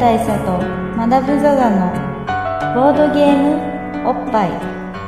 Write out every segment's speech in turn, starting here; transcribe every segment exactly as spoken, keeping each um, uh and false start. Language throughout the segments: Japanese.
大佐とマダム・ザ・ザのボードゲームおっぱい。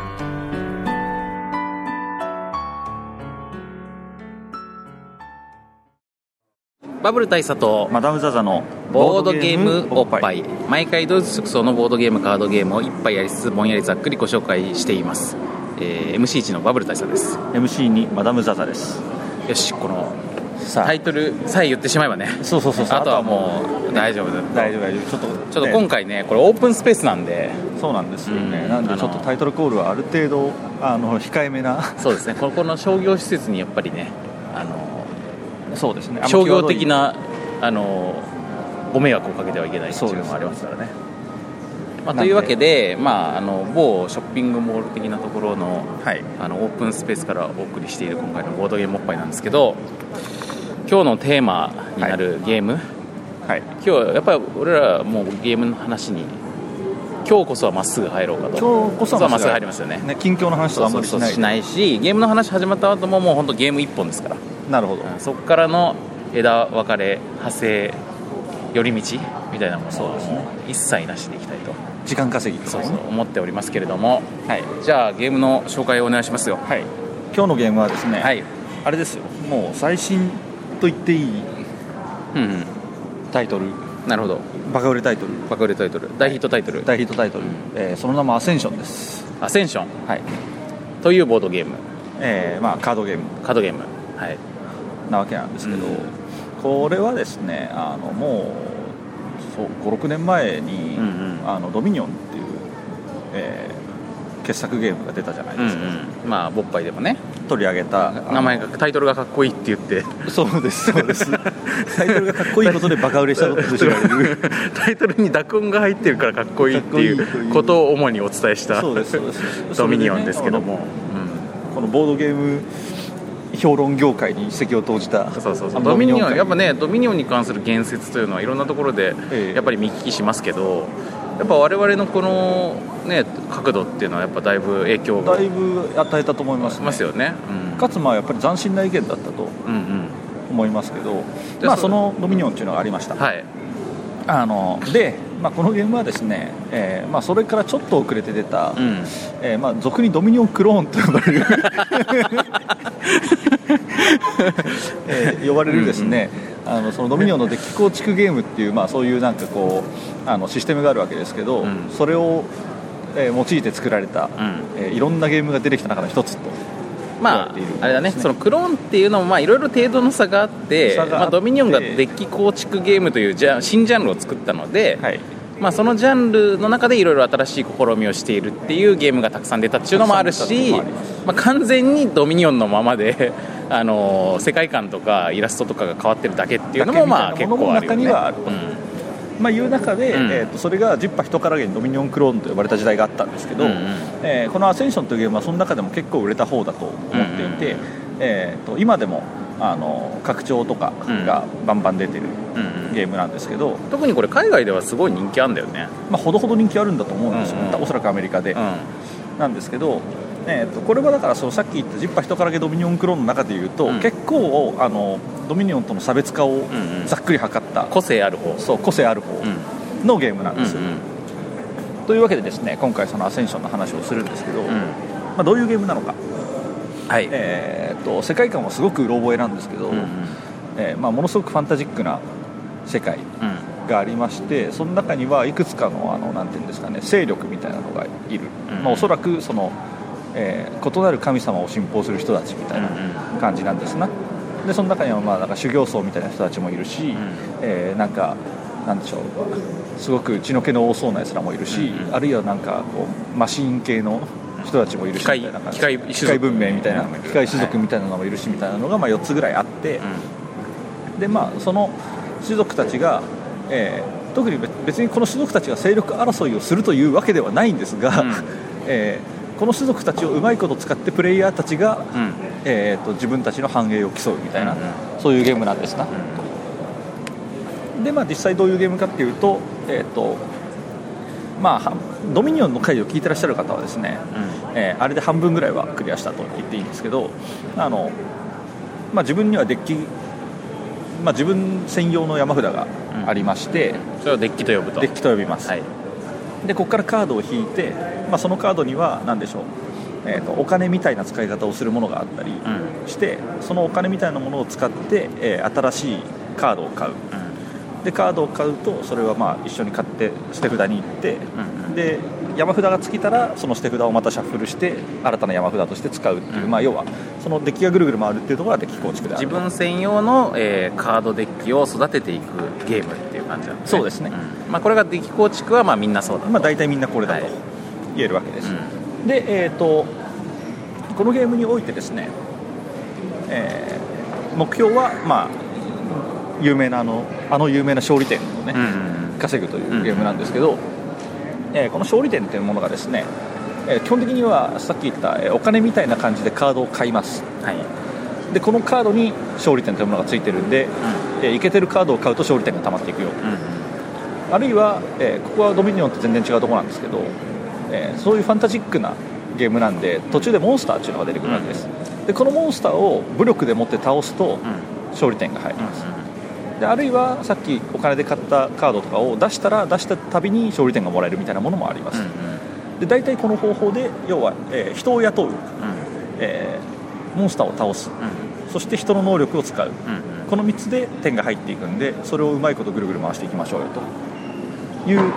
バブル大佐とマダム・ザ・ザのボードゲームおっぱい。毎回同日直送のボードゲームカードゲームを一杯やりつつぼんやりざっくりご紹介しています。えー、エムシーいち のバブル大佐です。 エムシーに マダム・ザ・ザです。 よし、このタイトルさえ言ってしまえばね、 そうそうそうそう、 あとはもう大丈夫だ。 大丈夫大丈夫。ちょっとちょっと今回ね、これオープンスペースなんで。 そうなんですよね、 うん、 なんでちょっとタイトルコールはある程度あの控えめな。 そうですね、ここの商業施設にやっぱりね、あのそうですね、 商業的なあのご迷惑をかけてはいけないっていうのもありますからね。まあ、というわけで、まあ、あの某ショッピングモール的なところの、はい、あのオープンスペースからお送りしている今回のボードゲームおっぱいなんですけど、今日のテーマになるゲーム、はいはい、今日はやっぱり俺らもうゲームの話に今日こそはまっすぐ入ろうかと。 今日こそはまっすぐ入りますよ ね, ね。近況の話とかあんまりしないしないし、ゲームの話始まった後ももう本当ゲーム一本ですから。 なるほど、 うん、そこからの枝分かれ派生寄り道みたいなものを一切なしでいきたいと、 時間稼ぎとか、ね、 そうそう思っておりますけれども、はい、じゃあゲームの紹介をお願いしますよ。 はい、今日のゲームはですね、はい、あれですよ、もう最新と言っていい、うんうん、タイトル。 なるほど、 バカ売れタイトル、 バカ売れタイトル、大ヒットタイトル、 大ヒットタイトル、えー、その名もアセンションです。 アセンション、 はい、というボードゲーム、 えーまあ、カードゲームカードゲーム、はい、 なわけなんですけど、うん、これはですね、あのもうそうごろくねんまえに、うんうん、あのドミニオンっていう、えー、傑作ゲームが出たじゃないですか、うんうん、まあボッパイでもね取り上げた名前が、タイトルがかっこいいって言って、 そうですそうですタイトルがかっこいいことでバカ売れしたことと知られるタイトルに濁音が入ってるからかっこいいっていうことを主にお伝えしたそうですそうですドミニオンですけども、 ね、うん、このボードゲーム評論業界に一石を投じた。 そうそうそう、ドミニオン、やっぱね、ドミニオンに関する言説というのはいろんなところでやっぱり見聞きしますけど、やっぱ我々のこのね角度っていうのはやっぱだいぶ影響をだいぶ与えたと思いますね。 ますよね、うん、 かつまあやっぱり斬新な意見だったと思いますけど、うんうん、まあそのドミニオンっていうのがありました。はい、あので、まあ、このゲームはですね、えーまあ、それからちょっと遅れて出た、うん、えーまあ、俗にドミニオンクローンと呼ばれるえー、呼ばれるですね、うんうん、あのそのドミニオンのデッキ構築ゲームっていう、まあ、そういうなんかこうあのシステムがあるわけですけど、うん、それを、えー、用いて作られた、うん、えー、いろんなゲームが出てきた中の一つと。 まあ、あれだね、そのクローンっていうのもいろいろ程度の差があって、まあ、ドミニオンがデッキ構築ゲームというじゃ新ジャンルを作ったので、はい、まあ、そのジャンルの中でいろいろ新しい試みをしているっていうゲームがたくさん出たっていうのもあるし、まあ、完全にドミニオンのままであの世界観とかイラストとかが変わってるだけっていうのもまあ結構あるよね。 まあ、いう中で、うん、えー、とそれが十羽一からげにドミニオンクローンと呼ばれた時代があったんですけど、うんうん、えー、このアセンションというゲームはその中でも結構売れた方だと思っていて、うんうん、えー、と今でもあの拡張とかがバンバン出てるゲームなんですけど、うんうん、 特にこれ海外ではすごい人気あるんだよね。 まあ、ほどほど人気あるんだと思うんですよ、うんうん、おそらくアメリカで、うん、なんですけど、えー、とこれはだからそのさっき言った十羽一からげドミニオンクローンの中でいうと、うん、結構あのドミニオンとの差別化をざっくり図った、うんうん、 個性ある方そう個性ある方のゲームなんです、うんうん、というわけでですね、今回そのアセンションの話をするんですけど、うん、まあ、どういうゲームなのか、はい、えー、と世界観はすごくうろ覚えなんですけど、うんうん、えーまあ、ものすごくファンタジックな世界がありまして、その中にはいくつかの、あのなんていうんですかね、勢力みたいなのがいる、うんうん、まあ、おそらくその、えー、異なる神様を信奉する人たちみたいな感じなんですな。でその中にはまあなんか修行僧みたいな人たちもいるし、うん、えー、なんかなんでしょう、すごく血の気の多そうなやつらもいるし、うんうん、あるいはなんかこうマシン系の人たちもいるし、みたいな感じ、機械、機械文明みたいな、機械種族みたいなのもいるし、みたいなのがまあよっつぐらいあって、うん、でまあその種族たちが、えー、特に別にこの種族たちが勢力争いをするというわけではないんですが、うん、えー、この種族たちをうまいこと使ってプレイヤーたちが、うん、えー、と自分たちの繁栄を競うみたいな、うんうん、そういうゲームなんですな、うん、でまあ実際どういうゲームかっていうと、えーとまあ、ドミニオンの回を聞いてらっしゃる方はですね、うん、えー、あれで半分ぐらいはクリアしたと言っていいんですけど、あの、まあ、自分にはデッキ、まあ、自分専用の山札がありまして、うん、 それをデッキと呼ぶと。 デッキと呼びます、はい、でここからカードを引いて、まあ、そのカードには何でしょう、えーと、お金みたいな使い方をするものがあったりして、うん、そのお金みたいなものを使って、えー、新しいカードを買う、うん、でカードを買うとそれはまあ一緒に買って捨て札に行って、うん、で山札が尽きたらその捨て札をまたシャッフルして新たな山札として使うっていう、うん、まあ、要はそのデッキがぐるぐる回るっていうところがデッキ構築である。 自分専用の、えー、カードデッキを育てていくゲームっていう感じなんですね。 そうですね、 うん、まあ、これがデッキ構築はまあみんなそうだと、 まあ、大体みんなこれだと言えるわけです、はい、うん、で、えーとこのゲームにおいてですね、えー、目標は、まあ、有名なあの、あの有名な勝利点を、ね、うんうん、稼ぐというゲームなんですけど、うん、えー、この勝利点というものがですね、えー、基本的にはさっき言った、えー、お金みたいな感じでカードを買います、はい、でこのカードに勝利点というものがついてるんで、うん、えー、イケてるカードを買うと勝利点が溜まっていくよ、うん、あるいは、えー、ここはドミニオンと全然違うところなんですけど、えー、そういうファンタジックなゲームなんで途中でモンスターっていうのが出てくるわけです、うん、でこのモンスターを武力で持って倒すと勝利点が入ります、うん、であるいはさっきお金で買ったカードとかを出したら出したたびに勝利点がもらえるみたいなものもあります、うん、で大体この方法で要は、えー、人を雇う、うん、えー、モンスターを倒す、うん、そして人の能力を使う、うん、このみっつで点が入っていくんでそれをうまいことぐるぐる回していきましょうよというゲームです、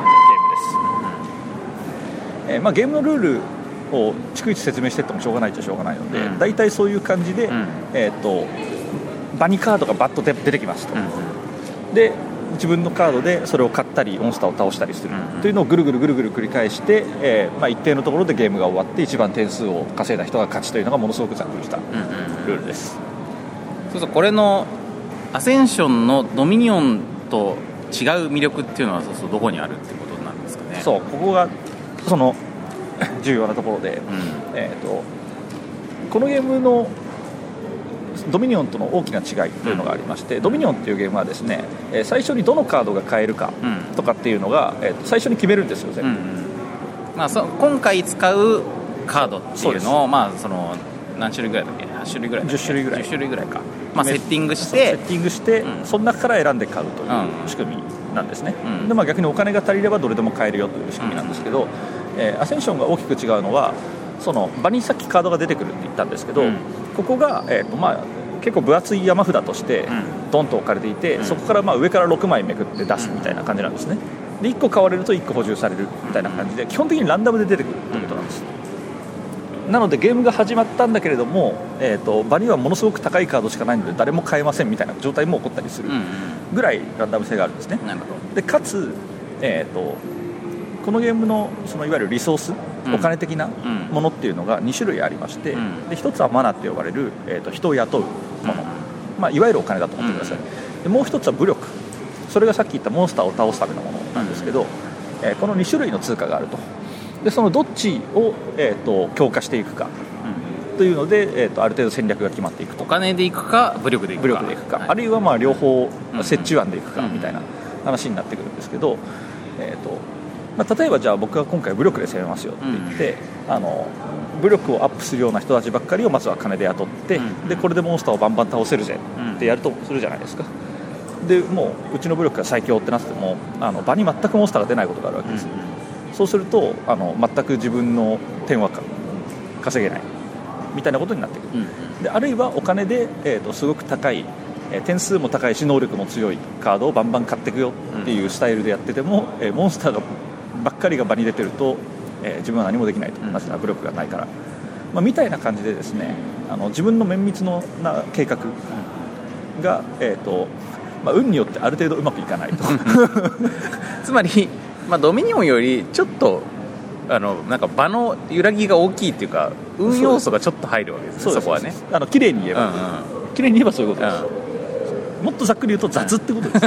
うん、えーまあ、ゲームのルールを逐一説明していってもしょうがないっちゃしょうがないので、うん、大体そういう感じで、うん、えー、と場にカードがバッと出てきますと、うん、で自分のカードでそれを買ったりモンスターを倒したりする、うん、というのをぐるぐるぐるぐる繰り返して、えーまあ、一定のところでゲームが終わって一番点数を稼いだ人が勝ちというのがものすごくざっくりしたルールです、 うんうん、そうそう、これのアセンションのドミニオンと違う魅力っていうのはそうそうどこにあるってことなんですかね。 そう、ここがその重要なところで、うん、えー、とこのゲームのドミニオンとの大きな違いというのがありまして、うん、ドミニオンというゲームはですね、えー、最初にどのカードが買えるかとかっていうのが、えー、と最初に決めるんですよ全部、うんうん、 まあ、そ今回使うカードっていうのを、まあ、その何種類ぐらいだっけ、はち種類ぐらいだっけ、 じゅっ種類ぐらいじゅっ種類ぐらいか、まあ、セッティングしてセッティングして、うん、その中から選んで買うという仕組みなんですね、うん、でまあ、逆にお金が足りればどれでも買えるよという仕組みなんですけど、うん、えー、アセンションが大きく違うのはその場にさっきカードが出てくるって言ったんですけど、うん、ここが、えーとまあ、結構分厚い山札としてドンと置かれていて、うん、そこからまあ上からろくまいめくって出すみたいな感じなんですね。でいっこ買われるといっこ補充されるみたいな感じで基本的にランダムで出てくるということなんです。なのでゲームが始まったんだけれども、えーと場にはものすごく高いカードしかないので誰も買えませんみたいな状態も起こったりするぐらいランダム性があるんですね。 なるほど。 でかつ、えーとこのゲーム の, そのいわゆるリソース、うん、お金的なものっていうのがに種類ありまして、うん、でひとつはマナって呼ばれる、えー、と人を雇うもの、うん、まあ、いわゆるお金だと思ってください、うん、でもうひとつは武力、それがさっき言ったモンスターを倒すためのものなんですけど、うん、えー、このに種類の通貨があると。でそのどっちを、えー、と強化していくかというので、えー、とある程度戦略が決まっていくと。 お金でいくか武力でいくか、 武力でいくか、はい、あるいはまあ両方折衷案でいくかみたいな話になってくるんですけど、えーとまあ、例えばじゃあ僕は今回武力で攻めますよって言って、うん、あの武力をアップするような人たちばっかりをまずは金で雇って、うん、でこれでモンスターをバンバン倒せるぜってやるとするじゃないですか。でもううちの武力が最強ってなってもあの場に全くモンスターが出ないことがあるわけです、うん、そうするとあの全く自分の点は稼げないみたいなことになってくる、うん、であるいはお金で、えーと、すごく高い点数も高いし能力も強いカードをバンバン買っていくよっていうスタイルでやってても、えー、モンスターがばっかりが場に出てると、えー、自分は何もできないと、なぜなら武力がないから、まあ、みたいな感じでですね、あの自分の綿密な計画が、えーとまあ、運によってある程度うまくいかないとつまり、まあ、ドミニオンよりちょっとあのなんか場の揺らぎが大きいっていうか運要素がちょっと入るわけですね。 そ, そこはね、 あの綺麗に言えば、うんうん、綺麗に言えばそういうことです、うん、もっとざっくり言うと雑ってことです、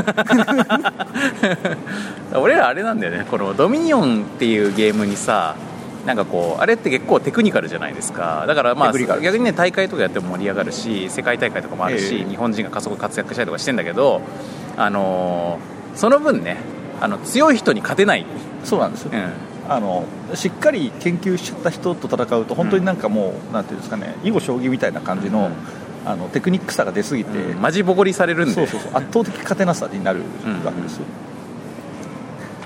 うん、俺らあれなんだよね、このドミニオンっていうゲームにさ、なんかこうあれって結構テクニカルじゃないですか。だからまあ逆にね大会とかやっても盛り上がるし、世界大会とかもあるし、えー、日本人が加速活躍したりとかしてんだけど、あのー、その分ね、あの強い人に勝てない。 そうなんですよ、うん、あのしっかり研究しちゃった人と戦うと本当になんかもう、うん、なんていうんですかね、囲碁将棋みたいな感じの、うん、あのテクニックさが出すぎて、 うん、マジボコリされるんで、 そうそうそう、圧倒的勝てなさになるわけですよ、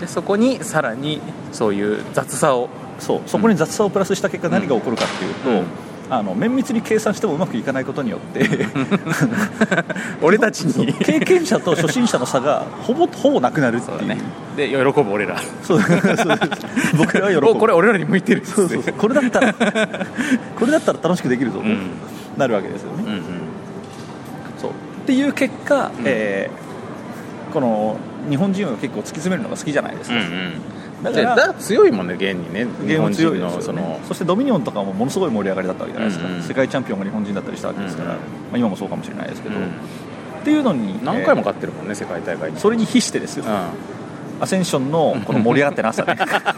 でそこにさらにそういう雑さをそうそこに雑さをプラスした結果何が起こるかっていうと、 うんあの綿密に計算してもうまくいかないことによって俺たちに経験者と初心者の差がほぼほぼなくなるっていう。 そうだね。で喜ぶ俺らそうそう僕らは喜ぶ。 これ俺らに向いてる。 そうそうそうこれだったらこれだったら楽しくできるぞと、うん、なるわけですよね、うんうん、そうっていう結果、うんえー、この日本人は結構突き詰めるのが好きじゃないですか、うんうんだからだから強いもんね、現にね、 日本人のそのそしてドミニオンとかもものすごい盛り上がりだったわけじゃないですか、 うんうん、 世界チャンピオンが日本人だったりしたわけですから、うんうんまあ、今もそうかもしれないですけど、うん、っていうのに何回も勝ってるもんね、えー、世界大会に。 それに比してですよ、うん、アセンションのこの盛り上がってなさね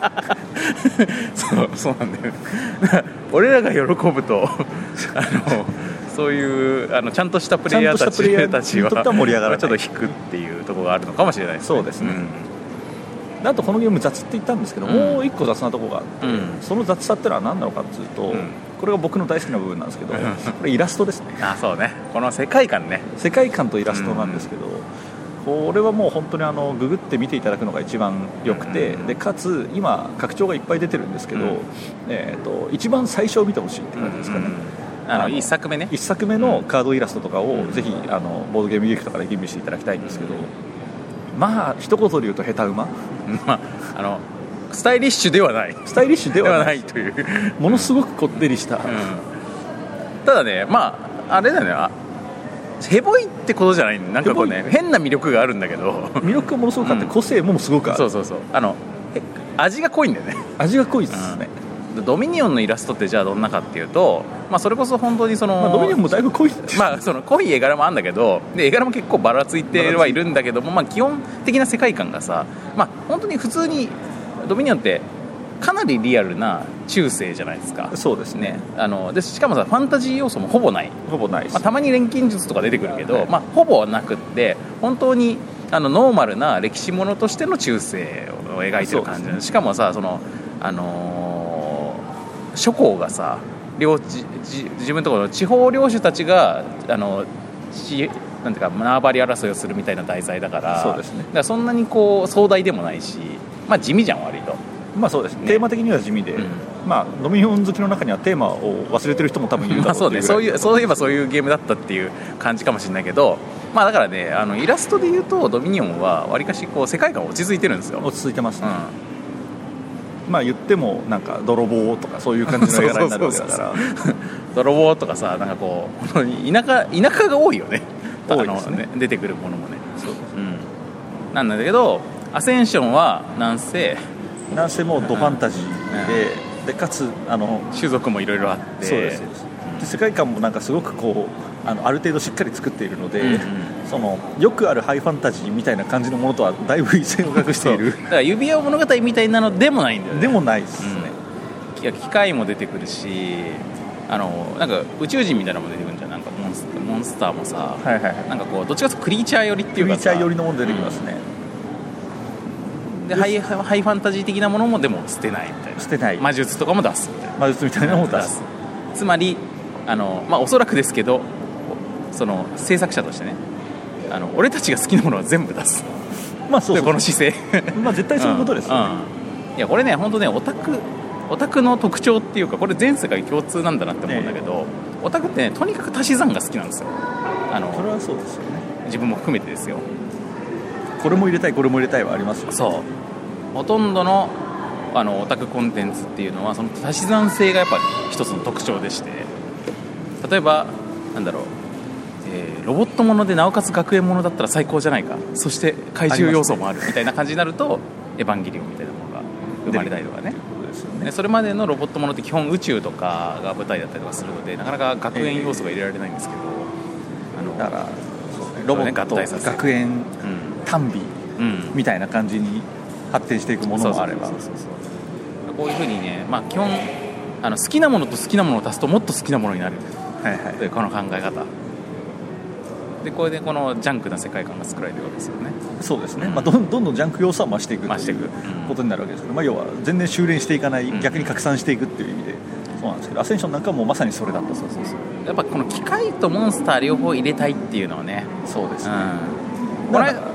そうそうなんだよ俺らが喜ぶとあのそういうあのちゃんとしたプレイヤーたちたちはちょっと引くっていうところがあるのかもしれないですね。 そうですね、うんあとこのゲーム雑って言ったんですけど、うん、もう一個雑なところがあって、うん、その雑さってのは何なのかっていうと、うん、これが僕の大好きな部分なんですけどこれイラストですね。 あそうねこの世界観ね世界観とイラストなんですけど、これはもう本当にあのググって見ていただくのが一番良くて、でかつ今拡張がいっぱい出てるんですけど、うんえー、と一番最初を見てほしいって感じですかね、 うん、あのいっさくめねいっさくめのカードイラストとかをぜひあのボードゲームギフトから吟味していただきたいんですけど、まあ一言で言うと下手馬まあ、あのスタイリッシュではないスタイリッシュではないというものすごくこってりした、うん、 ただねまああれだよねあヘボいってことじゃないなんかこうね変な魅力があるんだけど魅力がものすごくあって、うん、個性もすごくある。 そうそうそうあの味が濃いんだよね味が濃いですね、 うん、ドミニオンのイラストってじゃあどんなかっていうと、まあ、それこそ本当にその、 まあ、ドミニオンもだいぶ濃いまあその濃い絵柄もあるんだけどで絵柄も結構ばらついてはいるんだけども、まあ、基本的な世界観がさ、まあ、本当に普通にドミニオンってかなりリアルな中世じゃないですか。 そうですねあのでしかもさファンタジー要素もほぼないほぼないです、 まあ、たまに錬金術とか出てくるけど、はいまあ、ほぼなくって本当にあのノーマルな歴史ものとしての中世を描いてる感じで、ね、しかもさその、あのー、諸侯がさ領地自分のところの地方領主たちがあのしなんていうか縄張り争いをするみたいな題材だから、 そうですね、 だからそんなにこう壮大でもないし、まあ、地味じゃん割と。 まあそうですね、テーマ的には地味で、うんまあ、ドミニオン好きの中にはテーマを忘れてる人も多分いるだろうっていう、まあそうね、そういうそういえばそういうゲームだったっていう感じかもしれないけど、まあ、だからねあのイラストでいうとドミニオンはわりかしこう世界観落ち着いてるんですよ。 落ち着いてますね、うん、まあ言ってもなんか泥棒とかそういう感じの絵柄になるわけだから泥棒とかさなんかこう田舎田舎が多いよね多いですね、 あのね出てくるものもね。そうです、うん、なんだけどアセンションはなんせなんせもうドファンタジーで、うん、でかつあの種族もいろいろあってそうですそうです、うん、で世界観もなんかすごくこうあのある程度しっかり作っているので、うんうん、そのよくあるハイファンタジーみたいな感じのものとはだいぶ一線を画しているだから指輪物語みたいなのでもないんだよね。 でもないですね、 うん、いや機械も出てくるしあのなんか宇宙人みたいなのも出てくるんじゃん。なんかモンスター、モンスターもさ、はいはいはい、なんかこうどっちかというとクリーチャー寄りっていうかさクリーチャー寄りのもの出てきますね、 うん、でハイ、ハイファンタジー的なものもでも捨てないみたいな捨てない魔術とかも出すみたいな魔術みたいなのも出すつまりあの、まあ、おそらくですけどその制作者としてねあの俺たちが好きなものは全部出すまあそうそうこの姿勢まあ絶対そういうことですよね、 うんうん、いやこれね本当ねオタクオタクの特徴っていうかこれ全世界共通なんだなって思うんだけど、ね、オタクってねとにかく足し算が好きなんですよ。あのそれはそうですよね。 自分も含めてですよ。 これも入れたいこれも入れたいはありますよね。 そうほとんどのあのオタクコンテンツっていうのはその足し算性がやっぱ一つの特徴でして、例えばなんだろう、えー、ロボットものでなおかつ学園ものだったら最高じゃないか、そして怪獣要素もあるみたいな感じになるとエヴァンゲリオンみたいなものが生まれたりとかね。ね、それまでのロボットものって基本宇宙とかが舞台だったりとかするのでなかなか学園要素が入れられないんですけど、 えー、あのだからそう、ね、ロボット、ね、学園、うん、単美、うん、みたいな感じに発展していくものもあれば、 こういうふうにね、まあ、基本あの好きなものと好きなものを足すともっと好きなものになる、はいはい、というこの考え方でこれでこのジャンクな世界観が作られてるわけですよね。 そうですね、うんまあ、ど, どんどんジャンク要素は増していくということになるわけですけど、まあ、要は全然修練していかない、うん、逆に拡散していくっていう意味でそうなんですけど、アセンションなんかもまさにそれだった。そうそうそうやっぱこの機械とモンスター両方入れたいっていうのはねそうですね、 うん、これ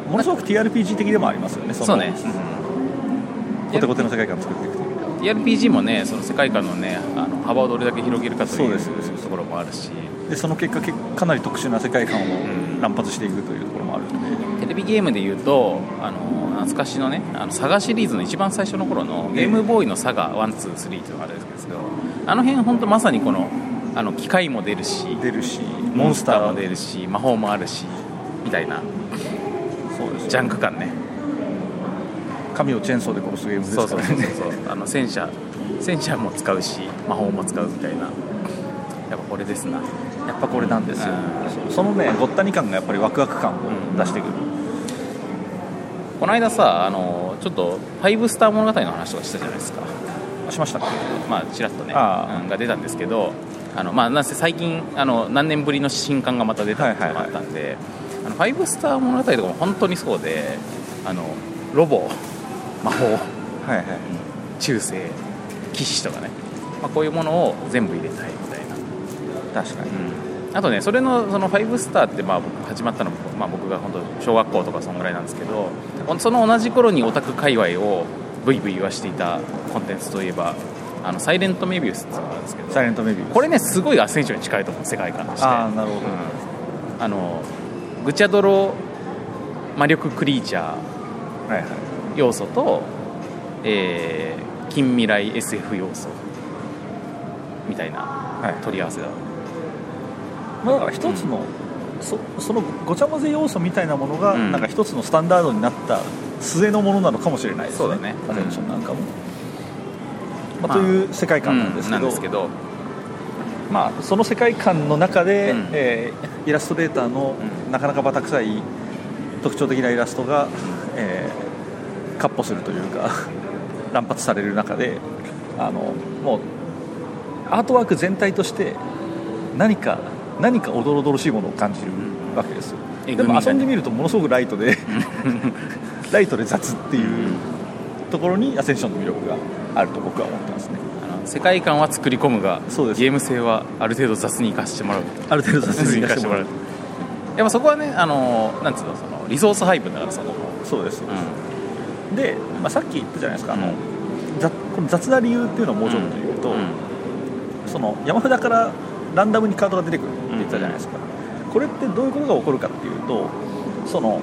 ものすごく ティーアールピージー 的でもありますよね。そそうね、 うん、コテコテの世界観を作っていくというティーアールピージー もね、その世界観のね、あの幅をどれだけ広げるかというところもあるし、 でその結果かなり特殊な世界観を乱発していくというところもあるので、 うん、テレビゲームでいうとあの懐かしのね、あのサガシリーズの一番最初の頃のゲームボーイのサガワン、ツー、スリーというのがあるんですけど、あの辺本当まさにこのあの機械も出るし出るしモンスターも出るし魔法もあるしみたいな、 そうです、ね、 ジャンク感ね。 神をチェーンソーで殺すゲームですからね。 そうそうそうそうあの戦車戦車も使うし魔法も使うみたいな、やっぱこれですな。 やっぱこれなんですよ、うん、そのねごったに感がやっぱりワクワク感を出してくる、 うん、この間さあのちょっとファイブスター物語の話とかしたじゃないですか。 しましたっけ。 まあちらっとね、うん、が出たんですけど、あのまあなんせ最近あの何年ぶりの新刊がまた出たっていうのがあったんで、はいはいはい、あのファイブスター物語とかも本当にそうで、あのロボ魔法、はいはい、中世騎士とかね、まあ、こういうものを全部入れたいみたいな。 確かに、 うん、あとねそれのそのファイブスターってまあ始まったのも、まあ、僕が本当小学校とかそんぐらいなんですけど、その同じ頃にオタク界隈をブイブイ言わしていたコンテンツといえばあのサイレントメビウスっていうのがあるんですけど、 サイレントメビウスこれねすごいアセンションに近いと思う、世界観として。 ああなるほど、 うん、あのグチャドロ魔力クリーチャー要素と、はいはい、えー、近未来 エスエフ 要素みたいな取り合わせだ、はい、 まあ、だから一つの、うん、そ, そのごちゃ混ぜ要素みたいなものが、うん、なんか一つのスタンダードになった末のものなのかもしれないですね。 そうだね、 アテンションなんかも、うん、まあ、という世界観なんですけ ど,、 うん、なんですけど、 まあ、その世界観の中で、うん、えー、イラストレーターのなかなかバタ臭い特徴的なイラストが、えー、カッポするというか乱発される中で、あのもうアートワーク全体として何か何かおどろおどろしいものを感じるわけですよ。でも遊んでみるとものすごくライトでライトで雑っていうところにアセンションの魅力があると僕は思ってますね。 あの世界観は作り込むがゲーム性はある程度雑に生かしてもらう。 ある程度雑に生かしてもらう。 やっぱそこはね、あのなんつうの、そのリソース配分だからその。 そうです、うん、で、まあ、さっき言ったじゃないですか、うん、あの雑この雑な理由っていうのをもうちょっと言うと、うんうん、その山札からランダムにカードが出てくるって言ったじゃないですか、うん、これってどういうことが起こるかっていうと、その、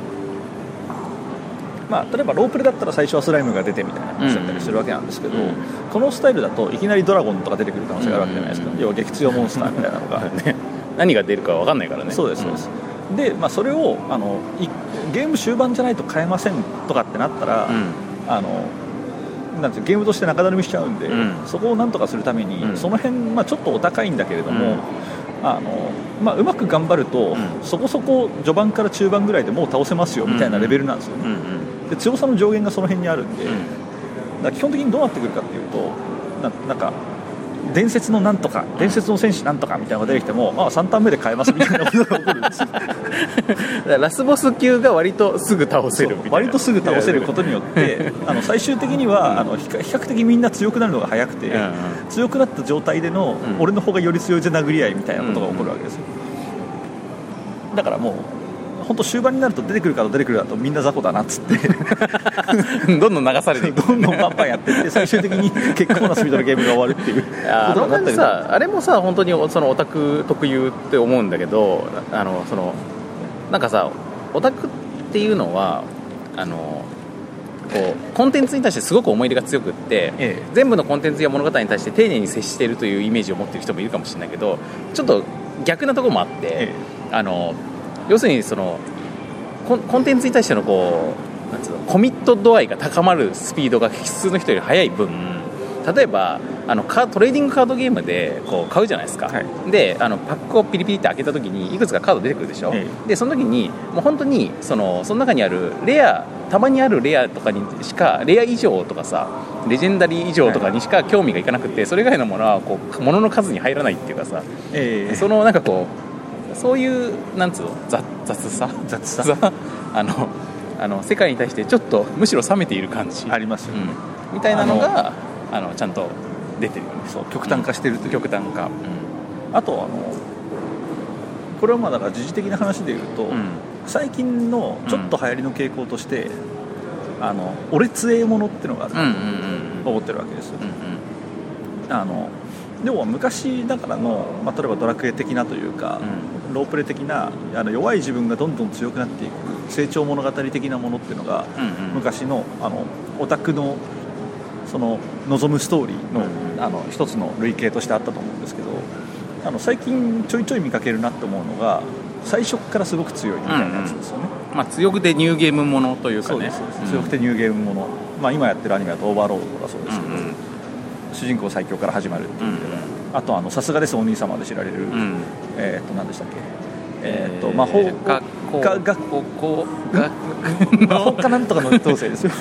まあ、例えばロープレだったら最初はスライムが出てみたいな話だったりするわけなんですけど、うん、このスタイルだといきなりドラゴンとか出てくる可能性があるわけじゃないですか、うん、要は激強モンスターみたいなのが、 ね、何が出るか分かんないからね。 そうですそうです、うん、で、まあ、それをあのゲーム終盤じゃないと買えませんとかってなったら、うん、あのなんていうゲームとして中だるみしちゃうんで、うん、そこをなんとかするために、うん、その辺、まあ、ちょっとお高いんだけれども、うん、あのまあ、うまく頑張ると、うん、そこそこ序盤から中盤ぐらいでもう倒せますよみたいなレベルなんですよね、うんうん、で強さの上限がその辺にあるんで、うん、だから基本的にどうなってくるかっていうと な, なんか伝説のなんとか伝説の戦士なんとかみたいなのが出てきても、ああさんターン目で変えますみたいなことが起こるんですよだからラスボス級が割とすぐ倒せるみたいな、 割とすぐ倒せることによってあの最終的には、うん、あの比較的みんな強くなるのが早くて、うんうん、強くなった状態での、うん、俺の方がより強いで殴り合いみたいなことが起こるわけですよ、うんうん、だからもう本当終盤になると出てくるから出てくるだとみんな雑魚だなっつってどんどん流されていく、 どんどんパンパンやっていって最終的に結構なスピードでゲームが終わるっていうことになったりさ、あれもさ本当にそのオタク特有って思うんだけど、あのそのなんかさオタクっていうのはあのこうコンテンツに対してすごく思い入れが強くって、ええ、全部のコンテンツや物語に対して丁寧に接しているというイメージを持っている人もいるかもしれないけど、ちょっと逆なところもあって、ええ、あの要するにそのコン、コンテンツに対してのこうなんつうのコミット度合いが高まるスピードが普通の人より速い分、例えばあのカトレーディングカードゲームでこう買うじゃないですか、はい、であのパックをピリピリって開けた時にいくつかカード出てくるでしょ、ええ、でその時にもう本当にそのその中にあるレアたまにあるレアとかにしかレア以上とかさレジェンダリー以上とかにしか興味がいかなくて、はい、それ以外のものはこう物の数に入らないっていうかさ、ええ、そのなんかこうそういうなんつうの 雑, 雑さ雑さあのあの世界に対してちょっとむしろ冷めている感じありますよね、 うん、みたいなのがあのちゃんと出てるよね。 そう極端化してるという、 極端化、 うん、あとあのこれはまあだから時事的な話でいうと、うん、 最近のちょっと流行りの傾向として、うん、あの俺強えものっていうのがあると思ってるわけですよ、うんうん、あの要は昔だからの、まあ、例えばドラクエ的なというか、うん、ロープレ的なあの弱い自分がどんどん強くなっていく成長物語的なものっていうのが、うんうん、昔のあのオタクのその望むストーリー の,、うん、あの一つの類型としてあったと思うんですけど、あの最近ちょいちょい見かけるなと思うのが最初からすごく強いみたいなやつですよね、 うんうん、まあ、強くてニューゲームものというかね、 そうです、うん、強くてニューゲームもの、まあ、今やってるアニメだとオーバーロードとかそうですけど、うんうん、主人公最強から始まるっていうのが、うんうん、あとあのさすがですお兄様で知られる、うん、えー、っと何でしたっけ、えー、っと魔法学校が学校魔法かなんとかの当世ですよ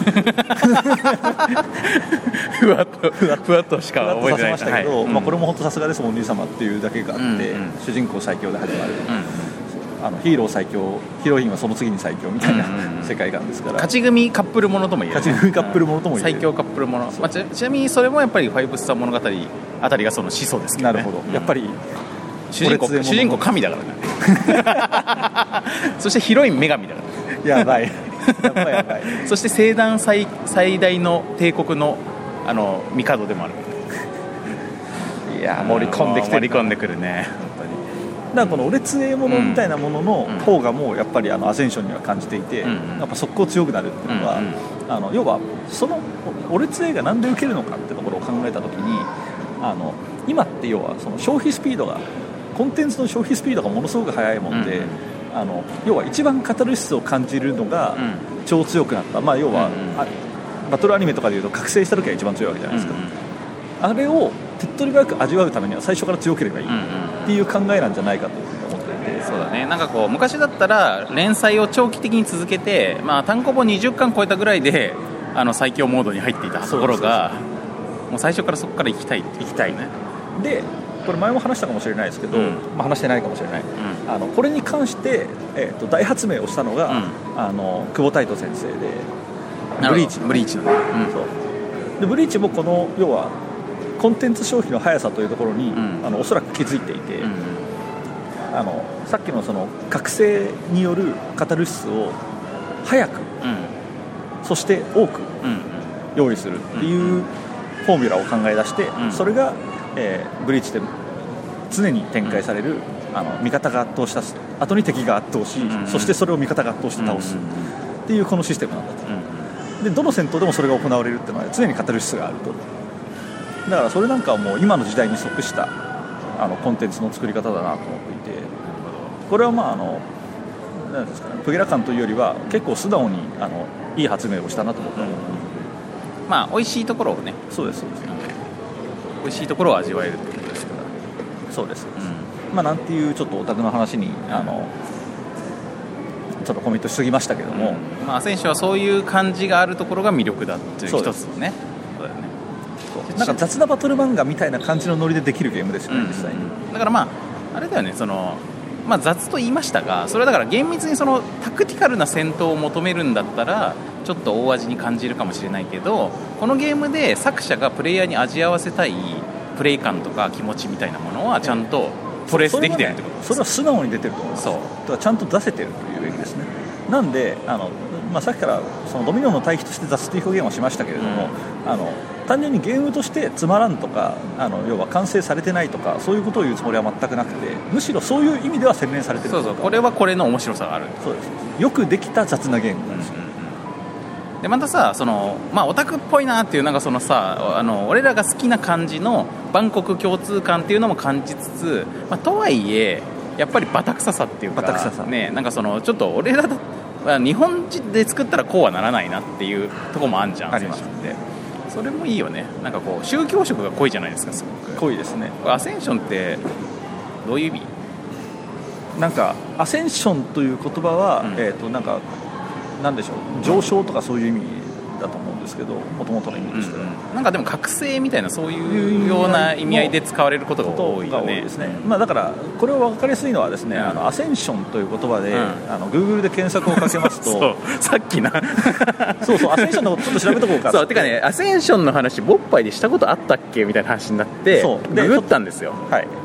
ふわっとふわっとしか覚えてないましたけど、はい、まあ、これも本当さすがですお兄様っていうだけがあって、うんうん、主人公最強で始まる、うんうん、あのヒーロー最強ヒロインはその次に最強みたいな、うんうん、世界観ですから、 勝ち組カップルものとも言える、ね、 勝ち組カップルものとも言える、 最強カップルもの、まあ、ち, ちなみにそれもやっぱりファイブスター物語あたりがその始祖ですけどね。 なるほど、うん、やっぱり主人公主人公神だからねそしてヒロイン女神だからやばいやばいやばいそして聖壇 最, 最大の帝国 の, あの帝でもあるいや盛り込んできてる、 盛り込んでくるね本当に。 だからこの俺強えものみたいなものの方がもうやっぱりあのアセンションには感じていて、うんうん、やっぱ速攻強くなるっていうのは、うんうん、あの要はその俺強えがなんで受けるのかっていうところを考えたときに、あの今って要はその消費スピードがコンテンツの消費スピードがものすごく速いもんで、うんうん、あの要は一番カタルシスを感じるのが超強くなった、まあ、要は、うんうん、あバトルアニメとかでいうと覚醒した時が一番強いわけじゃないですか、うんうん、あれを手っ取り早く味わうためには最初から強ければいいっていう考えなんじゃないかというふうに思っていて、うんうん、 そうだね。なんかこう昔だったら連載を長期的に続けて、まあ、単行本にじゅっかん超えたぐらいであの最強モードに入っていたところがもう最初からそこから行きたいっていう、ね、 行きたいね。でこれ前も話したかもしれないですけど、うん、まあ、話してないかもしれない、うん、あのこれに関して、えー、と大発明をしたのが、うん、あの久保太斗先生でブリーチの、 ブリーチの、ね、うん、 そうでブリーチもこの要はコンテンツ消費の速さというところに、うん、あのおそらく気づいていて、うん、あのさっきのその覚醒によるカタルシスを早く、うん、そして多く用意するっていうフォーミュラを考え出して、うん、それがえー、ブリーチで常に展開される、うん、あの味方が圧倒した後に敵が圧倒し、うんうん、そしてそれを味方が圧倒して倒すっていうこのシステムなんだと、うんうん、でどの戦闘でもそれが行われるっていうのは常にカタルシスがあると。だからそれなんかはもう今の時代に即したあのコンテンツの作り方だなと思っていて、これはまああの何ですかね、プゲラ感というよりは結構素直にあのいい発明をしたなと思った、うん、 まあ美味しいところをね、 そうですそうです、 美味しいところを味わえるってことですから。 そうです、うん、まあなんていうちょっとオタクの話にあのちょっとコミットしすぎましたけども、 うん、まあ、選手はそういう感じがあるところが魅力だっていう一つのね。そうだよね。 なんか雑なバトル漫画みたいな感じのノリでできるゲームですよね、うん、実際に。 だからまああれだよね、そのまあ、雑と言いましたが、それはだから厳密にそのタクティカルな戦闘を求めるんだったらちょっと大味に感じるかもしれないけど、このゲームで作者がプレイヤーに味合わせたいプレイ感とか気持ちみたいなものはちゃんとトレースできてるってことです。 それは素直に出てると思います。そうだからちゃんと出せてるというべきですね。なんであの、まあ、さっきからそのドミノの対比として雑という表現をしましたけれども、うん、あの単純にゲームとしてつまらんとか、あの要は完成されてないとかそういうことを言うつもりは全くなくて、むしろそういう意味では洗練されてる。 そうそう、これはこれの面白さがある。 そうです。よくできた雑なゲームなんですよ、 うんうん、でまたさ、その、まあ、オタクっぽいなっていうなんかそのさ、あの俺らが好きな感じの万国共通感っていうのも感じつつ、まあ、とはいえやっぱりバタ臭さっていうか、 バタ臭さ、 ね、なんかそのちょっと俺らだ日本で作ったらこうはならないなっていうところもあるじゃん。 ありますね。 それもいいよね。なんかこう宗教色が濃いじゃないですか。すごく濃いですね。 アセンションってどういう意味？ なんかアセンションという言葉は、うん、えーとなんかなんでしょう、上昇とかそういう意味だと思うんですけど、元々の意味としては、うんうん、なんかでも覚醒みたいなそういうような意味合いで使われることが多いよね。 ですね。まあ、だからこれは分かりやすいのはですね、うん、あのアセンションという言葉で、うん、あの Google で検索をかけますとそうさっきなそうそうアセンションのことちょっと調べとこうかそうてかね、アセンションの話ボッパイでしたことあったっけみたいな話になってそうググったんですよ。 はい、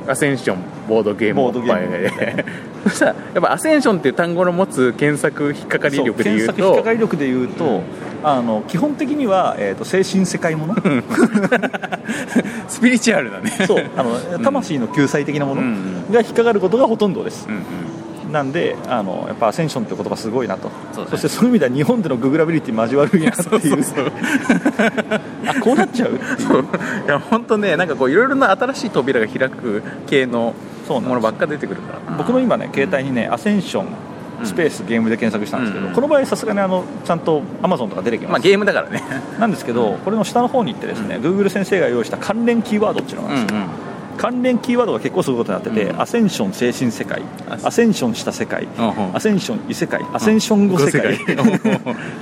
アセンションボードゲームおっぱいでそしたらやっぱアセンションっていう単語の持つ検索引っかかり力でいうと検索引っかかり力でいうと、うん、あの基本的には、えー、と精神世界ものスピリチュアルだねそうあの魂の救済的なものが引っかかることがほとんどです、うんうん、なんであのやっぱアセンションって言葉すごいなと そ,、ね、そしてそういう意味では日本でのググラビリティ交わるんやなっていうそうそうそうあこうなっちゃうっていういや本当ねなんかこういろいろな新しい扉が開く系のものばっか出てくるから僕の今ね携帯にね、うん、アセンションスペースゲームで検索したんですけど、うん、この場合さすがにあのちゃんと Amazon とか出てきます、 まあ、ゲームだからねなんですけどこれの下の方に行ってですね、うん、Google 先生が用意した関連キーワードっていうのがあるんですよ、うんうん関連キーワードが結構すごいことになってて、うん、アセンション精神世界アセンションした世界、うん、アセンション異世界アセンション後世界、うん、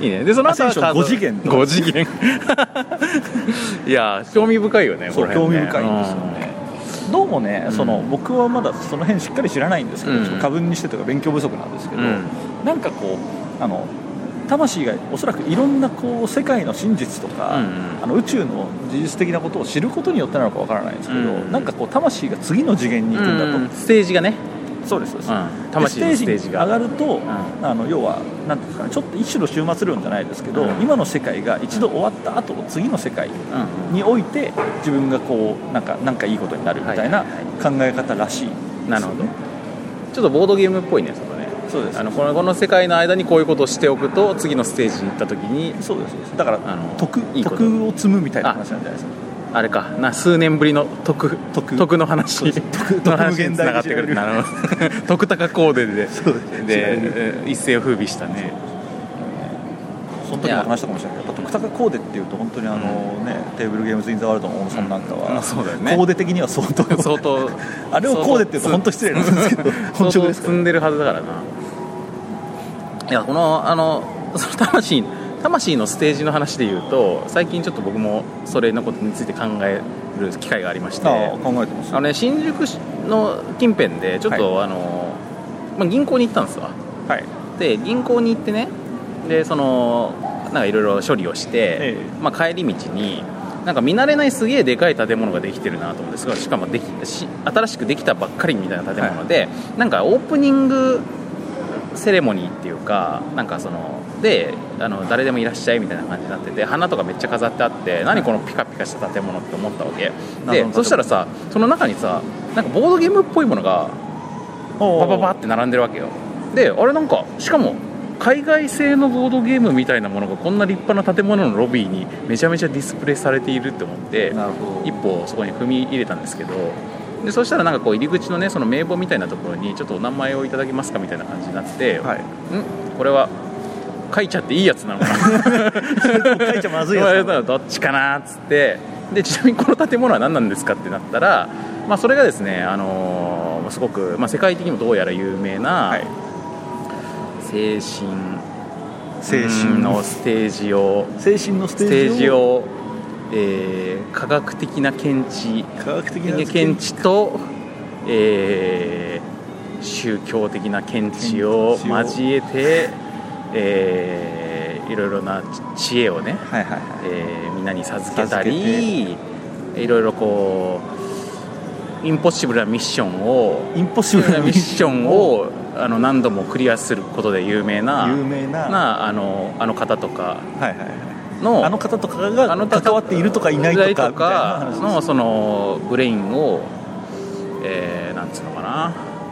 いいねでその後はアセンションご次元ご次元いや興味深いよねそうこれね興味深いんですよね、うん、どうもね、うん、その僕はまだその辺しっかり知らないんですけど、うん、過分にしてとか勉強不足なんですけど、うん、なんかこうあの魂がおそらくいろんなこう世界の真実とか、うんうん、あの宇宙の事実的なことを知ることによってなのかわからないんですけど、うん、なんかこう魂が次の次元に行くんだと、うん、 ステージがねそうですそうです、うん、 魂のステージが上がると、うん、あの要はなんていうんですかねちょっと一種の終末論じゃないですけど、うん、今の世界が一度終わった後の次の世界において自分がこうなんかなんかいいことになるみたいな考え方らしい、 はいはい、なるほどちょっとボードゲームっぽいねそこねそうですあのこのこの世界の間にこういうことをしておくと次のステージに行った時にそうですだからあの 徳, いい徳を積むみたいな話なんじゃないですかあ, あれかな数年ぶりの 徳, 徳, 徳の話徳の話につながってくるなるほど徳高コーデ で, で一世を風靡したねその時も話したかもしれないけど徳高コーデっていうと本当にあの、ねうん、テーブルゲームズインザワールドの小野さんなんかは、うんそうだよね、コーデ的には相当相当あれをコーデっていうと本当失礼なんですけど本当積んでるはずだからないやこのあのその魂魂のステージの話でいうと最近ちょっと僕もそれのことについて考える機会がありましてあ考えてます、 あの、ね、新宿の近辺でちょっと、はい、あのまあ、銀行に行ったんですわ、はい、で銀行に行ってねでそのなんかいろいろ処理をして、ええまあ、帰り道になんか見慣れないすげえでかい建物ができてるなと思うんですがしかもできし新しくできたばっかりみたいな建物で、はい、なんかオープニングセレモニーっていうかなんかそのであの誰でもいらっしゃいみたいな感じになってて花とかめっちゃ飾ってあって何このピカピカした建物って思ったわけでそしたらさその中にさなんかボードゲームっぽいものがバババって並んでるわけよであれなんかしかも海外製のボードゲームみたいなものがこんな立派な建物のロビーにめちゃめちゃディスプレイされているって思って一歩そこに踏み入れたんですけどでそしたらなんかこう入り口のねその名簿みたいなところにちょっとお名前をいただけますかみたいな感じになって、はい、んこれは書いちゃっていいやつなのかな書いちゃまずいやつどっちかなっつってでちなみにこの建物は何なんですかってなったら、まあ、それがですね、あのー、すごく、まあ、世界的にもどうやら有名な、はい、精神精神のステージを精神のステージをえー、科学的な見地科学的な見地と、えー、宗教的な見地を交えて、えー、いろいろな知恵をね、はいはいはいえー、みんなに授けたりいろいろこうインポッシブルなミッションをインポッシブルなミッションをあの何度もクリアすることで有名な有名ななあのあの方とか、 はいはいはいのあの方とかが関わっているとかいないとかみたいな話のそのブレインを、えー、なんつうのかな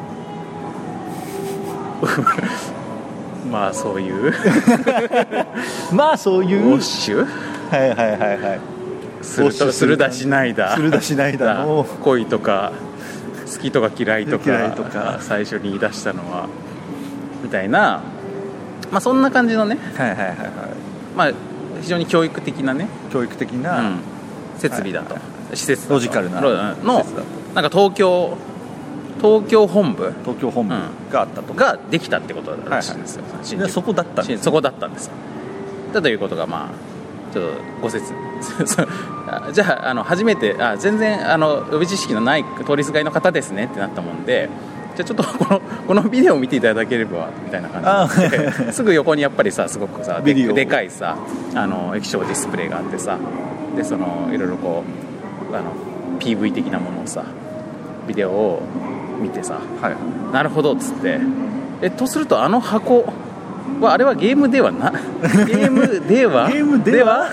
まあそういうまあそういうウォッシュはいはいはいはいするとするだしないだするだしないだの恋とか好きとか嫌いとか嫌いとか最初に言い出したのはみたいなまあそんな感じのねはいはいはいはいまあ非常に教育的なね教育的な、うん、 設備だと、はいはい、施設だとロジカルなのなんか東京東京本部東京本部があったと、 うん、ができたってことらしいんですよ、 はいはい、そこだったんです、ね、 そこだったんですだということがまあちょっとご説じゃあ、あの初めてあ全然あの予備知識のない通りすがりの方ですねってなったもんでじゃあちょっとこのこのビデオを見ていただければみたいな感じですぐ横にやっぱりさすごくさ で, でかいさあの液晶ディスプレイがあってさでそのいろいろこうあの ピーブイ 的なものをさビデオを見てさ、 はい、 なるほどっつって、えとするとあの箱はあれはゲームではなゲームではゲームでは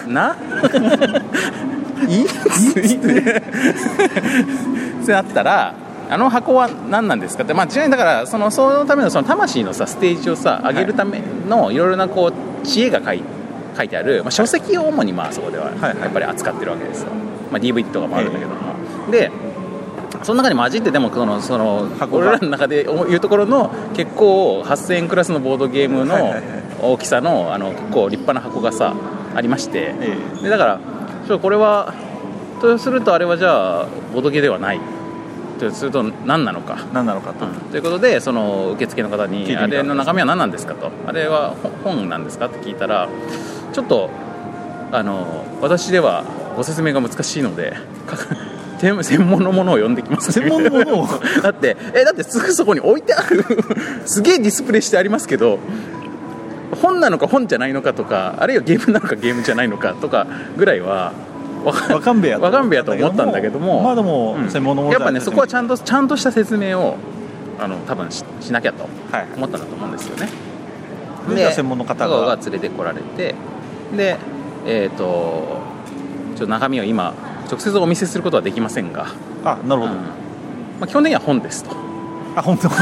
ないいっつってってなったら、あの箱は何なんですかって、まあ、違いだからそのそのためのその魂のさステージをさ上げるためのいろいろなこう知恵が書い書いてある、まあ、書籍を主にまあそこではやっぱり扱ってるわけですよ、まあ、ディーブイディー とかもあるんだけども、でその中に混じってでもそのその俺らの中でいうところの結構はっせんえんクラスのボードゲームの大きさのあの結構立派な箱がさありまして、でだからちょこれはとするとあれはじゃあボードゲーではないとすると何なのか何なのかと、 うん、ということでその受付の方にあれの中身は何なんですかと、あれは本なんですかって聞いたら、ちょっとあの私ではご説明が難しいので専門のものを呼んできます。 専門のものをだってえだってすぐそこに置いてあるすげえディスプレイしてありますけど、本なのか本じゃないのかとか、あるいはゲームなのかゲームじゃないのかとかぐらいはわかんべやわかんべやと思ったんだけども、 まあでも専門のものやっぱねそこはちゃんとちゃんとした説明をあの多分 し, しなきゃと思ったんだと思うんですよね。 はい、で専門の方がが連れてこられて、でえっ、ー、とちょっと中身を今直接お見せすることはできませんが、 あなるほど、うん、 まあ、基本的には本ですと。 あ本当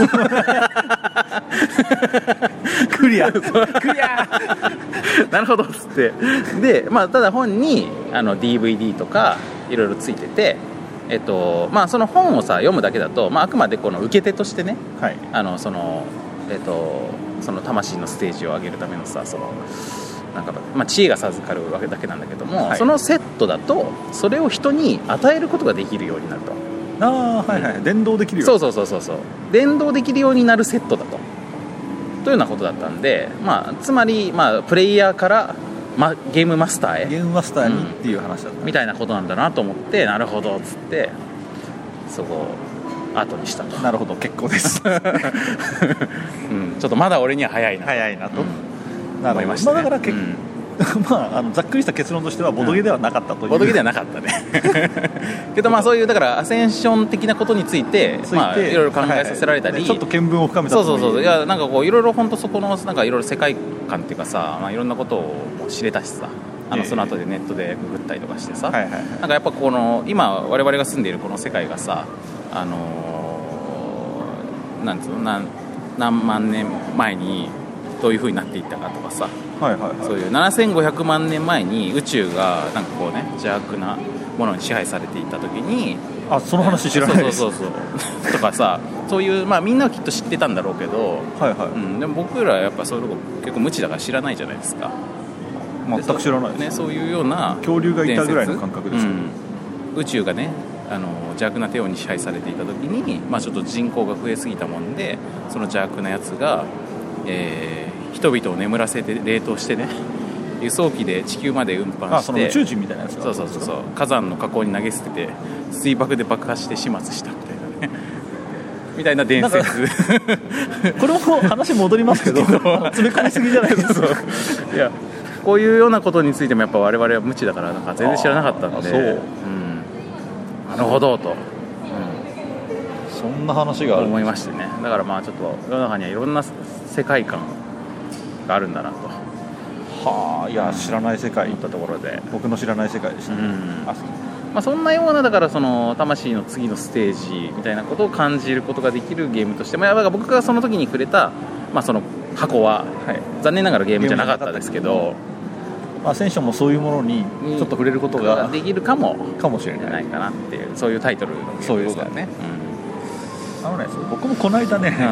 クリアクリアなるほどっつって、で、まあ、ただ本にあの ディーブイディー とかいろいろついてて、えっとまあ、その本をさ読むだけだと、まあ、あくまでこの受け手としてね、はい、あのそのえっとその魂のステージを上げるためのさそのなんか、まあ、知恵が授かるわけだけなんだけども、はい、そのセットだとそれを人に与えることができるようになると。 あはいはい、うん、伝導できるようにそうそうそうそう伝導できるようになるセットだとというようなことだったんで、まあ、つまり、まあ、プレイヤーから、ま、ゲームマスターへゲームマスターにっていう話だった、 うん、みたいなことなんだなと思って、なるほどっつってそこを後にしたと。 なるほど結構です、 うん、ちょっとまだ俺には早いな早いなと、 うん、思いましたね。 まあ、だから結構、うんまあ、あのざっくりした結論としてはボドゲではなかったという、うん、 ボドゲではなかったねけどまあそういうだからアセンション的なことについてまあいろいろ考えさせられたり、はいはい、 ちょっと見聞を深めたとそうそうそういやなんかこういろいろ本当そこのなんかいろいろ世界観っていうかさ、まあ、いろんなことを知れたしさ、あのその後でネットでググったりとかしてさ、はいはいはい、なんかやっぱこの今我々が住んでいるこの世界がさ、あのー、なんつうの何何万年前にどういう風になっていったかとかさ、はいはいはい、そういうななせんごひゃくまんねんまえに宇宙がなんかこうね邪悪なものに支配されていた時に、 あその話知らないです。 そうそうそうそうとかさ、そういうまあみんなはきっと知ってたんだろうけど、はいはい、うん、でも僕らはやっぱそういうとこ結構無知だから知らないじゃないですか。 全く知らないですね。そういうような恐竜がいたぐらいの感覚ですよ、 うん、宇宙がねあの邪悪な帝王に支配されていた時に、まあ、ちょっと人口が増えすぎたもんでその邪悪なやつが、えー人々を眠らせて冷凍してね輸送機で地球まで運搬して、 あその宇宙人みたいなやつがそうそうそうそう火山の火口に投げ捨てて水爆で爆破して始末したみたいなねみたいな伝説これも話戻りますけど詰め込みすぎじゃないですかいやこういうようなことについてもやっぱ我々は無知だからなんか全然知らなかったんで、そう、うん、なるほどと、うん、 そんな話がある思いましてね。だからまあちょっと世の中にはいろんな世界観があるんだなと。 はあ、いや知らない世界といったところで僕の知らない世界でしたね、うん、 あまあ、そんなようなだからその魂の次のステージみたいなことを感じることができるゲームとして、まあ、僕がその時に触れた、まあ、その箱は、はい、残念ながらゲームじゃなかったですけど、 まあ、アセンションもそういうものにちょっと触れることができるかもかもしれないじゃないかなっていう、そういうタイトルのゲームですからね。 あのね、僕もこの間ね、うん、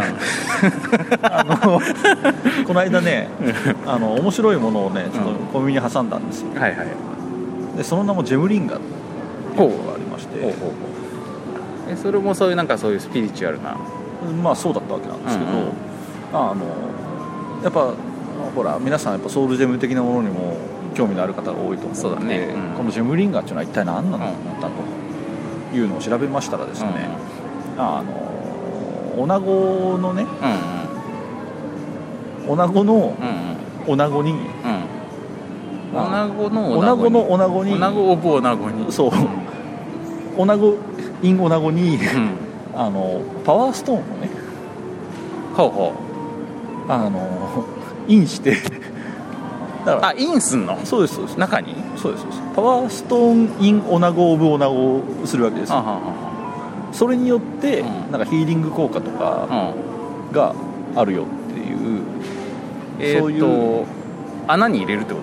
あのこの間ねあの面白いものをねちょっと小耳に挟んだんですよ、うん、はいはい、でその名もジェムリンガーっていうのがありまして、ほうほうほう、 えそれもそういうなんかそういうスピリチュアルな、 まあそうだったわけなんですけど、うんうん、あのやっぱほら皆さんやっぱソウルジェム的なものにも興味のある方が多いと思うので、そうだね、うん、このジェムリンガーっていうのは一体何なのかというのを調べましたらですね、うんうん、あの女子のね、うんうん、女子の女子に、 女子の女子の女子に女子オブ女子に、 そう、女子イン女子に、うん、 あのパワーストーンをねほうほうあのインしてだからあインすんのそうですそうです中にそうですそうですパワーストーンインオナゴオブオナゴをするわけですよ。 あははそれによって、 うん、 なんかヒーリング効果とかがあるよっていう、うん、 えー、そういう穴に入れるってこと？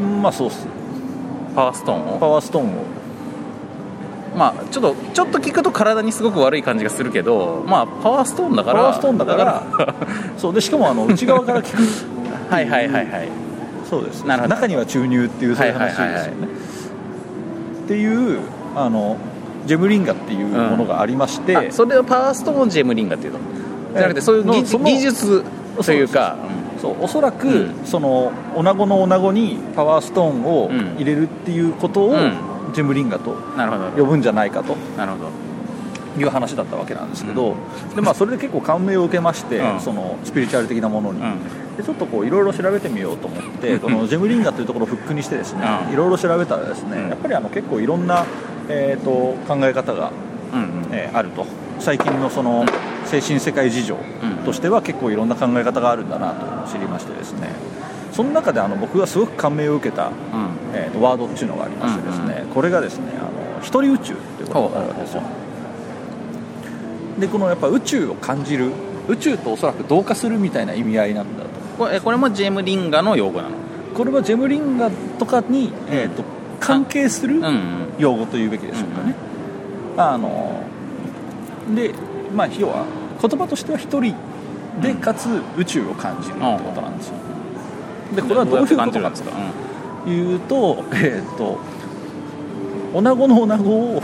まあそうっす。 パワーストーンをパワーストーンをまあちょっとちょっと聞くと体にすごく悪い感じがするけど、まあパワーストーンだからパワーストーンだからそうでしかもあの内側から効くはいはいはいはいそうです。 なるほど。 中には注入っていうそういう話ですよね、はいはいはいはい、っていうあのジェムリンガっていうものがありまして、 うん、それをパワーストーンジェムリンガっていうのじゃなくてそういう 技, 技術というかそうおそらく、うん、そのオナゴのオナゴにパワーストーンを入れるっていうことを、うん、ジェムリンガと呼ぶんじゃないかとなるほどいう話だったわけなんですけど、うん、でまあ、それで結構感銘を受けまして、うん、そのスピリチュアル的なものに、うん、でちょっとこういろいろ調べてみようと思ってこのジェムリンガというところをフックにしてですねいろいろ調べたらですねやっぱりあの結構いろんな、えー、と考え方が、うんうんえー、あると最近のその精神世界事情としては結構いろんな考え方があるんだなと知りましてですねその中であの僕がすごく感銘を受けた、うんえー、とワードっていうのがありましてですね、うんうん、これがですねあの一人宇宙っていうことがあるわけですよ。でこのやっぱ宇宙を感じる宇宙とおそらく同化するみたいな意味合いなんだと。 これ、これもジェムリンガの用語なの？ これはジェムリンガとかに、えー、と関係する用語というべきでしょうかね、うんうん、あので、まあ、要は言葉としては一人でかつ宇宙を感じるってことなんですよ。でこれはどういうことかというと、えー、とおなごのおなごを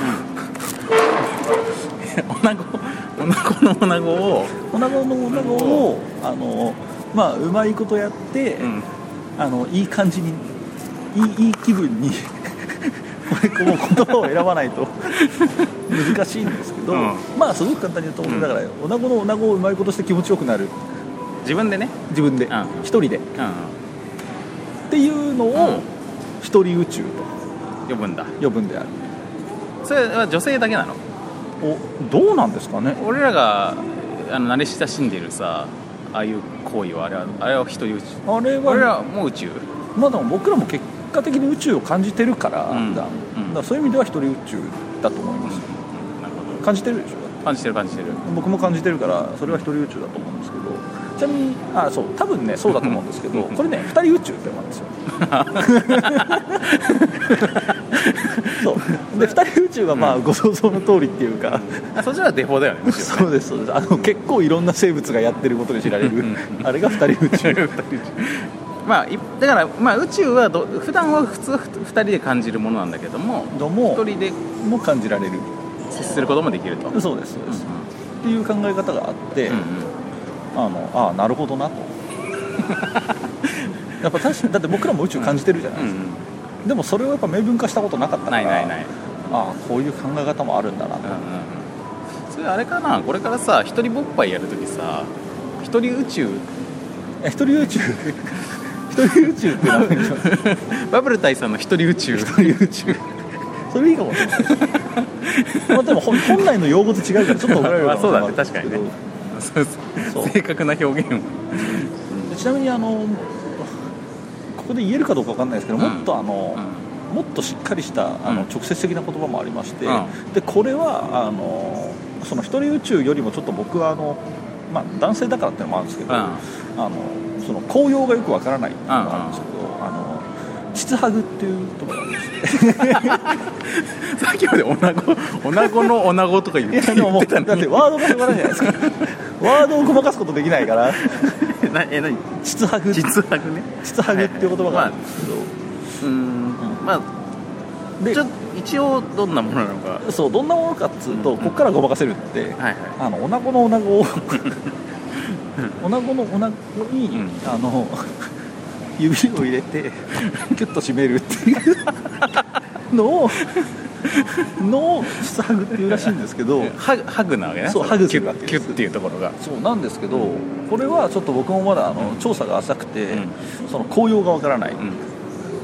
おなごおなごのおなごをおなごのおなごをあの、まあ、うまいことやって、うん、あのいい感じにいい、いい気分にこれもう言葉を選ばないと難しいんですけど、うん、まあすごく簡単に言うと、うん、だからおなごのおなごをうまいことして気持ちよくなる自分でね自分で、うん、一人で、うん、っていうのを、うん、一人宇宙と呼ぶんだ呼ぶんである。 それは女性だけなの？ おどうなんですかね。 俺らがあの慣れ親しんでるさああいう行為はあれはあれは一人宇宙あれは俺らも宇宙まあでも僕らも結果的に宇宙を感じてるから、うん、だだからそういう意味では一人宇宙だと思います、うん、なるほど。感じてるでしょ。 感じてる感じてる僕も感じてるからそれは一人宇宙だと思うんですけどちなみにあそう多分ねそうだと思うんですけどこれね二人宇宙って思うんですよそうで二人宇宙はまあご想像の通りっていうか、 うん、そっちはデフォだよねむしろね。 そうですそうですあの結構いろんな生物がやってることで知られるあれが二人宇宙まあ、だから、まあ、宇宙はど普段は普通ふたりで感じるものなんだけどもどうもひとりでも感じられる接することもできると。 そうですそうです、うんうん、っていう考え方があって、うんうん、あのああなるほどなとやっぱ確かだって僕らも宇宙感じてるじゃないですか、うんうん、でもそれをやっぱ明文化したことなかったからないないないああこういう考え方もあるんだなと、うんうん、 それあれかなこれからさ一人ぼっぱいやるときさ一人宇宙一人宇宙一人宇宙って何でしょうバブル大さんの一人宇宙一人宇宙それいいかもしれないまあでも本来の用語と違うからちょっと怒られるかもしれない、まあ、 そうだね確かにねそうそう正確な表現をちなみにあのここで言えるかどうか分かんないですけど、うん、もっとあの、うん、もっとしっかりしたあの直接的な言葉もありまして、うん、でこれはあのその一人宇宙よりもちょっと僕はあの、まあ、男性だからっていうのもあるんですけど、うん、あのその効用がよくわからないっていうのがあるんですけど、うん、あのチツハグっていうところがありましてさっきまでおなごおなごのおなごとか言ってたのにだってワードがしょうがないじゃないですかワードをごまかすことできないからなえ何チツハグチツハグねチツハグっていう言葉があるんですけど、 まあ、うーんまあでちょ一応どんなものなのかそうどんなものかっつうと、うんうん、ここからごまかせるって、はいはい、あのおなごのおなごをおなごのおなごに、うん、あの指を入れてキュッと締めるっていうのをのチツハグっていうらしいんですけどハグ、ハグなわけね。 そうハグするわけですキュッっていうところがそうなんですけど、うん、これはちょっと僕もまだあの、うん、調査が浅くて、うん、その効用がわからない、うん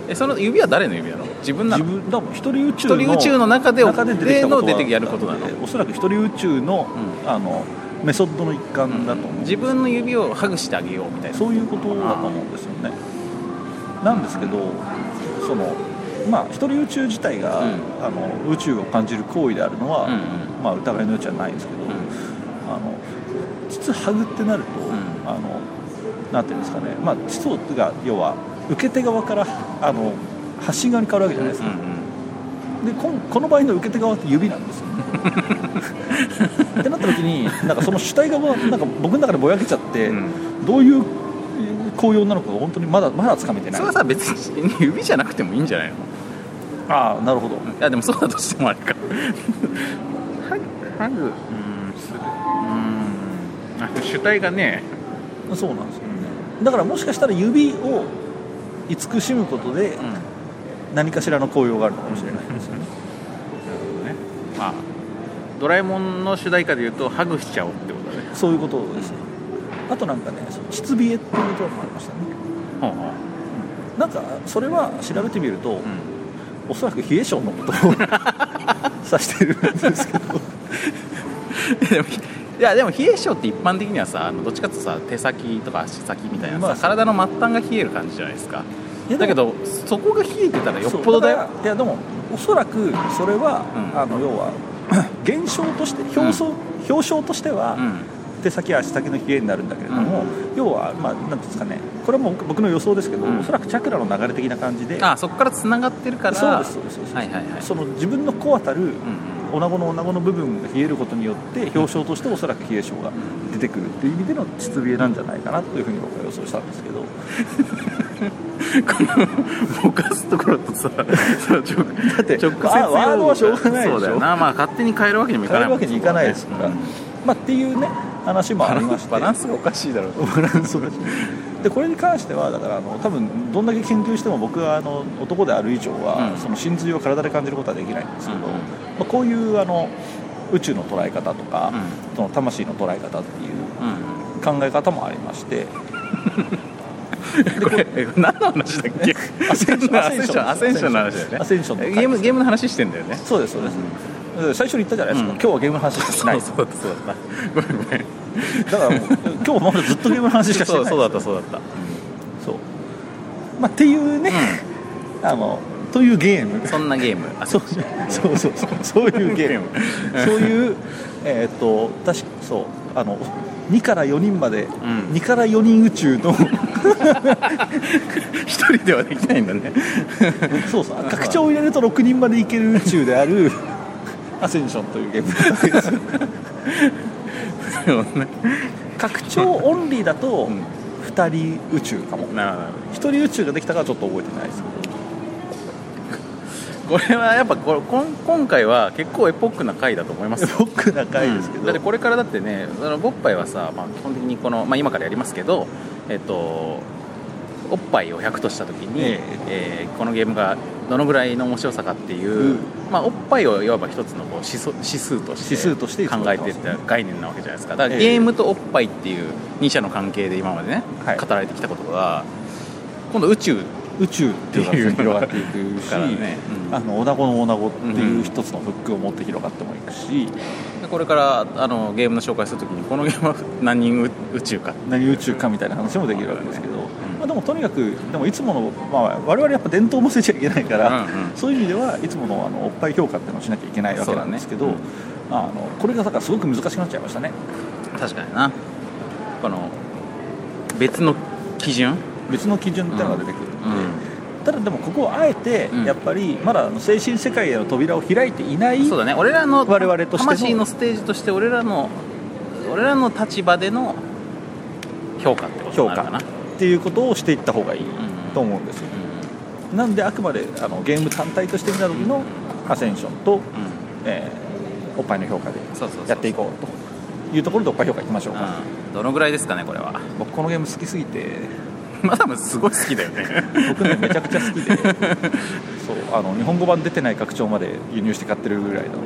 えその指は誰の指なの？自分なの？ 自分だもん。一人宇宙の一人宇宙の中で中で出てきたことはの出てやることなの？ おそらく一人宇宙の、うん、あのメソッドの一環だと思う、 うん、自分の指をハグしてあげようみたいな、 そういうことだと思うんですよね。なんですけど、そのまあ一人宇宙自体が、うん、あの宇宙を感じる行為であるのは、うんうん、まあ疑いの余地はないんですけど、うん、あの膣ハグってなると、うん、あのなんていうんですかね、まあ膣が要は受け手側からあの発信側に変わるわけじゃないですか、うんうん、で こ, この場合の受け手側って指なんですよってなった時になんかその主体側なんか僕の中でぼやけちゃって、うん、どういう効用なのかが本当にまだまだつかめてない。 それはさ別に指じゃなくてもいいんじゃないの？ ああなるほど。いやでもそうだとしてもあれかハグハグうんするうんあ主体がねそうなんですよね。だからもしかしたら指を慈しむことで何かしらの効用があるのかもしれないですよね。なるほどね。まあドラえもんの主題歌でいうとハグしちゃおうってことだね。 そういうことですね。あとなんかね、膣冷えっていうこともありましたね。はあはあ、なんかそれは調べてみると、うん、おそらく冷え性のことを指してるんですけどでもいやでも冷え性って一般的にはさあのどっちかっていうとさ手先とか足先みたいなさ、まあ、体の末端が冷える感じじゃないですか。だけどそこが冷えてたらよっぽどだよ。 だいやでもおそらくそれは、うん、あの要は現象として表層、うん、表象としては、うん手先足先の冷えになるんだけれども、うん、要は、まあ、なんていうんですかね、これはもう僕の予想ですけど、うん、おそらくチャクラの流れ的な感じで、 ああそこからつながってるから、 そうですそうですそうです、はいはいはい、その自分のコアたる、うんうん、おなごのおなごの部分が冷えることによって表象としておそらく冷え性が出てくるっていう意味での膣冷えなんじゃないかなというふうに僕は予想したんですけどこのぼかすところとさだって直接ワードはしょうがないでしょ。 そうだよな、まあ、勝手に変えるわけにもいかないもん、 変えるわけにいかないですから、うんまあ、っていうね話もありまして、 バランスがおかしいだろうバランスおかしいでこれに関してはだからあの多分どんだけ研究しても僕はあの男である以上は、うん、その真髄を体で感じることはできないんですけど、うんまあ、こういうあの宇宙の捉え方とか、うん、その魂の捉え方っていう考え方もありまして、 うん、これ何の話だっけアセンションアセンションアセンションの話だよね。アセンションゲームゲームの話してんだよね。 そうですそうです、うん、最初に言ったじゃないですか、うん、今日はゲームの話しかないそうだったそうだったごめんごめんだからもう今日まだずっとゲームの話しかしてないそうだったそうだった、うん、 そうまあっていうね、うん、あのというゲームそんなゲームそうそうそうそうそういうゲームそういうえっ、ー、と確かそうあのにからよにんまで、うん、にからよにん宇宙の一人ではできないんだねそうそう拡張を入れるとろくにんまでいける宇宙であるアセンションというゲームです拡張オンリーだとふたり宇宙かも、ひとり宇宙ができたかはちょっと覚えてないですけど、これはやっぱこれ今回は結構エポックな回だと思いますよ。 エポックな回ですけど、 うん、だってこれからだってねあのボッパイはさ、まあ、基本的にこの、まあ、今からやりますけど、えっと、おっぱいをひゃくとした時に、えーえー、このゲームがどのぐらいの面白さかっていう、うんまあ、おっぱいをいわば一つのこう指数として考えていった概念なわけじゃないですか。だからゲームとおっぱいっていうに者の関係で今までね、はい、語られてきたことが今度宇宙宇宙っていうのが広がっていくし、ねうん、あのおなごのおなごっていう一つのフックを持って広がってもいくし、 でこれからあのゲームの紹介するときにこのゲームは何人宇宙か何宇宙かみたいな話もできるわけですけど、うんまあ、でもとにかくでもいつもの、まあ、我々やっぱ伝統も捨てちゃいけないから、うんうん、そういう意味ではいつも の, あのおっぱい評価っていうのをしなきゃいけないわけなんですけど、ねうん、あのこれがだからすごく難しくなっちゃいましたね。 確かになこの別の基準別の基準っていうのが出てくるので、うんうんただでもここはあえてやっぱりまだ精神世界への扉を開いていない、 そうだね、俺らの我々としての魂のステージとして俺らの俺らの立場での評価ってことになるかなっていうことをしていった方がいいと思うんですよ、うん、なんであくまであのゲーム単体として見た時のアセンションと、うんえー、おっぱいの評価でやっていこうというところでおっぱい評価いきましょうか、 うん、どのぐらいですかねこれは。 僕このゲーム好きすぎてまだすごい好きだよね僕ねめちゃくちゃ好きでそうあの日本語版出てない拡張まで輸入して買ってるぐらいなので、うん、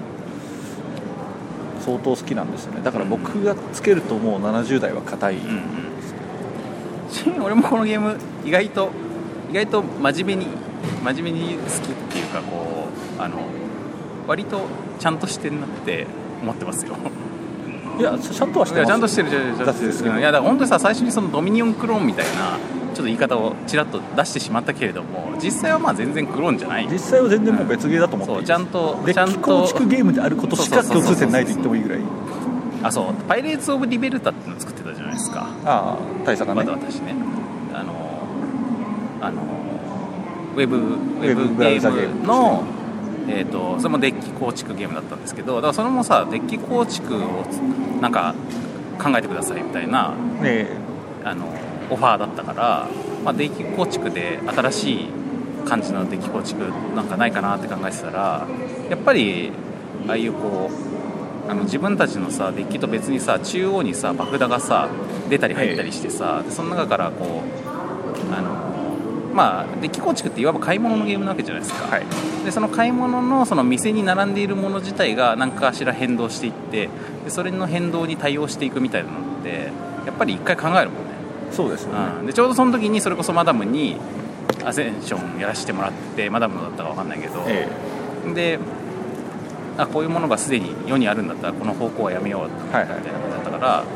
相当好きなんですよね。だから僕がつけるともうななじゅう代は硬いんですけど、 うんうん、俺もこのゲーム意外と意意外と真面目に真面目に好きっていうかこうあの割とちゃんとしてんなって思ってますよ。 いやちゃんとはしてます。 ちゃんとしてるちゃんとしてる。いやだから本当にさ最初にそのドミニオンクローンみたいなちょっと言い方をちらっと出してしまったけれども実際はまあ全然クローンじゃない。 実際は全然もう別ゲーだと思っていい、 うん、そうちゃんとデッキ構築ゲームであることしか共通点ないと言ってもいいぐらい。 あそうパイレーツ・オブ・リベルタってのを作ってたじゃないですか。 ああ大佐がね。 まだ私ねあのあのウェブウェブゲームのえー、とそれもデッキ構築ゲームだったんですけどだからそれもさデッキ構築をなんか考えてくださいみたいな、 ね、 あのオファーだったから、まあ、デッキ構築で新しい感じのデッキ構築なんかないかなって考えてたらやっぱりああいうこうあの自分たちのさデッキと別にさ中央にさバフダがさ出たり入ったりしてさ、でその中からこうあのまあ、デッキ構築っていわば買い物のゲームなわけじゃないですか、はい、でその買い物 の, その店に並んでいるもの自体が何かしら変動していってでそれの変動に対応していくみたいなのってやっぱり一回考えるもんね。 そうですね、 うん、でちょうどその時にそれこそマダムにアセンションやらせてもらってマダムだったか分かんないけど、ええ、であこういうものがすでに世にあるんだったらこの方向はやめようみたいなことだったから、はいはい、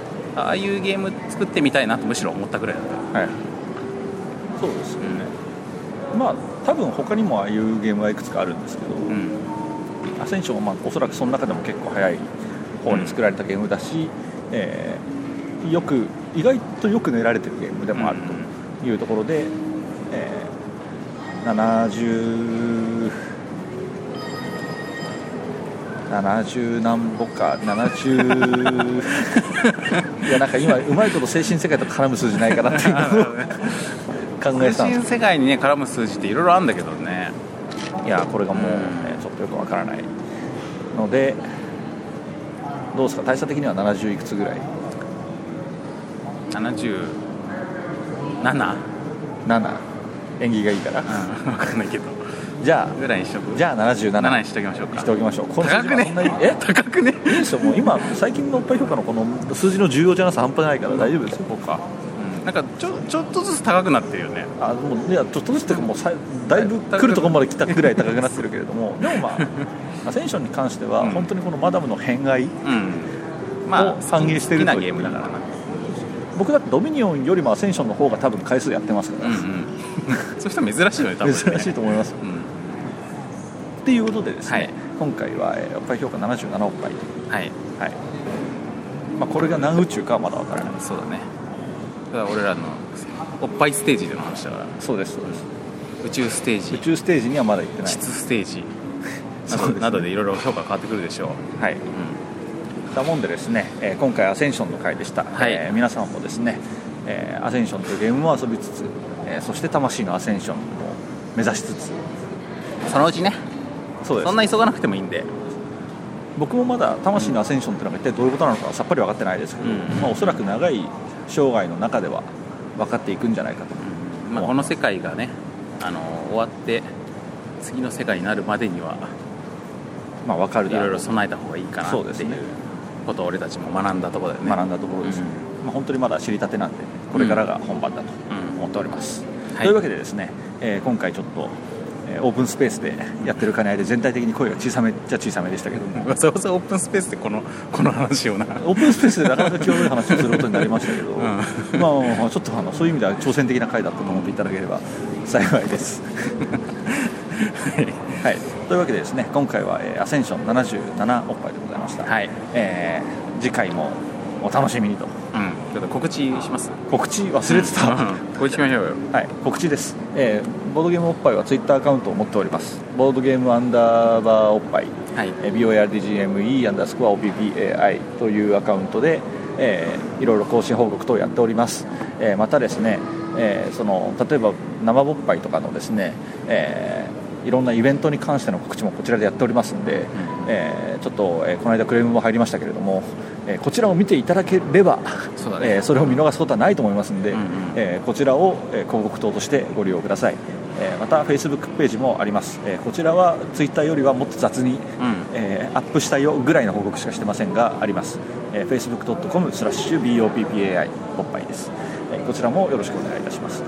ああいうゲーム作ってみたいなとむしろ思ったぐらいだった、はい、 そうですよね、うん、まあ多分他にもああいうゲームはいくつかあるんですけど、うん、アセンションはまあおそらくその中でも結構早い方に作られたゲームだし、うんえー、よく意外とよく練られてるゲームでもあるというところで、うんえー、ななじゅうななじゅう何歩かななじゅういやなんか今うまいこと精神世界と絡む数字ないかなっていうのを考えてたんです。 精神世界に、ね、絡む数字っていろいろあるんだけどね。 いやこれがもう、ね、ちょっとよくわからないのでどうですか大差的にはななじゅういくつぐらい。 ななじゅうなななな縁起がいいから、 うん、分かんないけどじゃあぐらいにしとく。 じゃあななじゅうななにしときましょうか。 しておきましょう。 この高くねえ高くねいいですよもう今最近のおっぱい評価のこの数字の重要じゃなさ半端ないから大丈夫ですよ。 そうか、うん、なんかちょちょっとずつ高くなってるよね。 あもういやちょっとずつというかもうさだいぶ来るところまで来たぐらい高くなってるけれどもでもまあアセンションに関しては本当にこのマダムの偏愛を反映してるという、 好きなゲームだからな。 僕だってドミニオンよりもアセンションの方が多分回数やってますから、うんうん、 そういう人珍しいよね多分ね。 珍しいと思います、うん、っていうことでですね、はい、今回はおっぱい評価ななじゅうななおっぱい、はいはいまあ、これが何宇宙かはまだ分からない。 そうだね。だから俺らのおっぱいステージでの話だから。 そうですそうです。 宇宙ステージ宇宙ステージにはまだ行ってない。 質ステージな ど, でなどでいろいろ評価変わってくるでしょう。はい、うんだもんでですね、えー、今回アセンションの回でした、はいえー、皆さんもですね、えー、アセンションというゲームも遊びつつ、えー、そして魂のアセンションを目指しつつそのうちね。 そうです。 そんな急がなくてもいいんで。 僕もまだ魂のアセンションというのが一体どういうことなのかさっぱり分かってないですけど、うんまあ、おそらく長い生涯の中では分かっていくんじゃないかと、 うんまあ、この世界がねあの終わって次の世界になるまでには、まあ、分かるだろういろいろ備えた方がいいかなっていうことを俺たちも学んだところだよね。 学んだところです、うんまあ、本当にまだ知りたてなんでこれからが本番だと思っております、うんはい、というわけでですね、えー、今回ちょっとオープンスペースでやってる兼ね合いで全体的に声が小さめじゃ小さめでしたけどもわざわざオープンスペースでこの、この話をなオープンスペースでなかなか興味の話をすることになりましたけど、うんまあ、ちょっとあのそういう意味では挑戦的な回だったと思っていただければ幸いですはい、はい、というわけでですね今回は、えー、アセンションななじゅうななおっぱいでございました、はいえー、次回もお楽しみにと。 うんちょっと告知します。 告知忘れてた、うん、 告知しましょうよ。 はい、告知です、えー、ボードゲームおっぱいはツイッターアカウントを持っております。ボードゲームアンダーバーおっぱい、はい、ビーオーアールディージーエムイー アンダースコア オーピーピーエーアイ というアカウントで、えー、いろいろ更新報告等やっております、えー、またですね、えー、その例えば生ぼっぱいとかのですね、えー、いろんなイベントに関しての告知もこちらでやっておりますので、うんえー、ちょっと、えー、この間クレームも入りましたけれどもこちらを見ていただければ そ,、ねえー、それを見逃すことはないと思いますので、うんうんえー、こちらを、えー、広告塔としてご利用ください、えー、また Facebook ページもあります、えー、こちらは Twitter よりはもっと雑に、うんえー、アップしたよぐらいの報告しかしてませんがあります、えー、フェイスブックドットコムスラッシュビーオーピーピーエーアイ おっぱいです、えー、こちらもよろしくお願いいたします。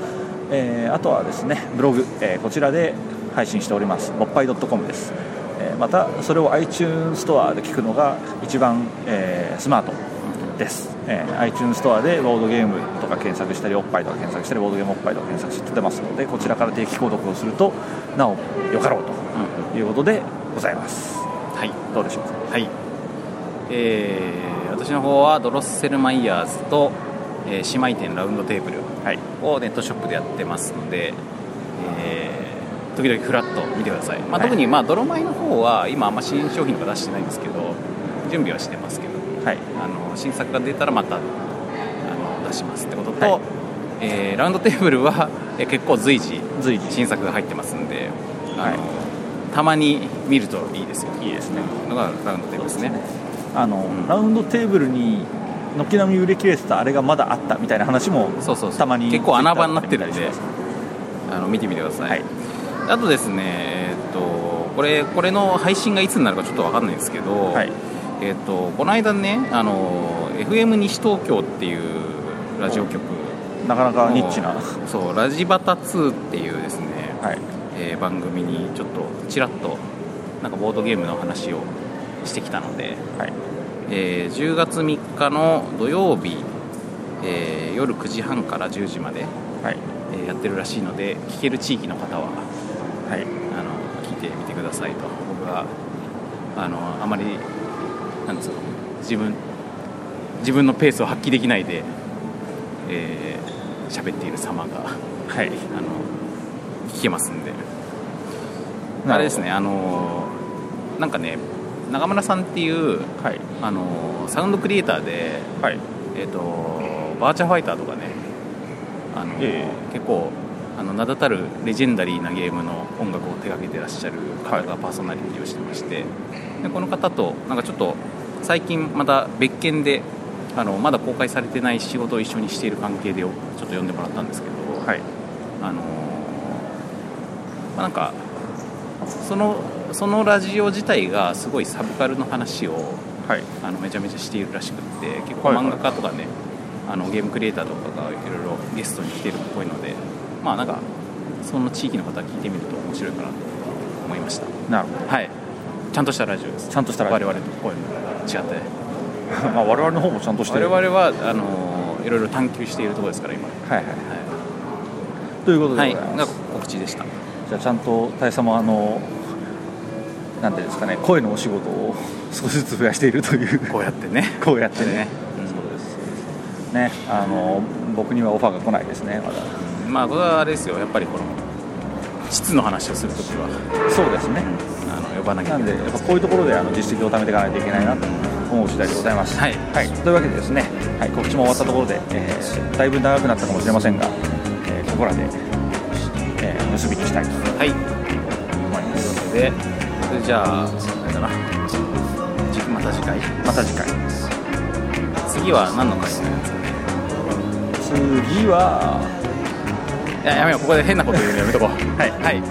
えー、あとはですねブログ、えー、こちらで配信しておりますもっぱい .com です、えー、またそれを iTunes ストアで聞くのが一番、えー、スマートです、えー、iTunes ストアでボードゲームとか検索したりおっぱいとか検索したりボードゲームおっぱいとか検索して出ますのでこちらから定期購読をするとなおよかろうということでございます、 はい、 どうでしょうか。 はい、えー、私の方はドロッセルマイヤーズと、えー、姉妹店ラウンドテーブルをネットショップでやってますので、えー、時々フラッと見てください、まあはい、特にまあドロマイの方は今あんま新商品とか出してないんですけど準備はしてますけど、はい、あの新作が出たらまたあの出しますってことと、はい、えー、ラウンドテーブルは、えー、結構随時随時新作が入ってますんであの、はい、たまに見るといいですよ。 いいですね。 のがラウンドテーブルですね。 あの、うん、ラウンドテーブルに軒並み売れ切れてたあれがまだあったみたいな話もそうそうそうたまに結構穴場になってるんであの見てみてください、はい、あとですね、えー、っとこれこれの配信がいつになるかちょっと分かんないんですけど、はい、えー、っとこの間ねあの エフエム 西東京っていうラジオ局なかなかニッチなそうラジバタツーっていうですね、はい、えー、番組にちょっとちらっとなんかボードゲームの話をしてきたので、はい、えー、じゅうがつみっかの土曜日、えー、夜くじはんからじゅうじまで、はい、えー、やってるらしいので聞ける地域の方は、はい、あの聞いてみてくださいと。僕はあのあまりなんですか自分自分のペースを発揮できないでえー、喋っている様が、はい、あの聞けますんであれですねあのなんかね中村さんっていう、はい、あのサウンドクリエイターで、はい、えーとバーチャファイターとかねあの、えー、結構あの名だたるレジェンダリーなゲームの音楽を手掛けてらっしゃる方がパーソナリティをしてまして、でこの方となんかちょっと最近また別件であのまだ公開されてない仕事を一緒にしている関係でちょっと呼んでもらったんですけど、はい、あのまあ、なんかそのそのラジオ自体がすごいサブカルの話を、はい、あのめちゃめちゃしているらしくって結構漫画家とかね、はいはい、あのゲームクリエイターとかがいろいろゲストに来てるっぽいので、まあなんかその地域の方聞いてみると面白いかなと思いました。なるほど、はい、ちゃんとしたラジオです。 ちゃんとしたラジオ、 我々と声も違ってまあ我々の方もちゃんとしてる。 我々はあのいろいろ探求しているところですから今。はいはいはい。 ということでございます。 はい、が告知でした。 じゃあちゃんと大佐もあのなんていうんですかね、声のお仕事を少しずつ増やしているという。 こうやってね。 こうやってね。ね、 うん、 そうですね。あの僕にはオファーが来ないですねまだ。 まあこれはあれですよやっぱりこの質の話をするときは。 そうですね。 あの呼ばなきゃいけない。 なんでやっぱこういうところであの実績を貯めていかないといけないなと思う次第でございます、はいはい、というわけでですね、はい、告知も終わったところで、えー、だいぶ長くなったかもしれませんが、えー、ここらで、えー、結びにしたいと思います、はい、 でそれじゃああれだなまた次回また次回次は何の回になるんですかね。 次はいややめようここで変なこと言うのやめとこうはい、はい、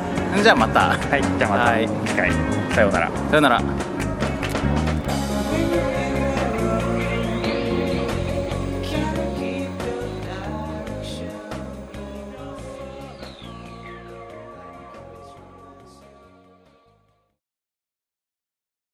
じゃあまたはいじゃあまた次回さようならさようなら。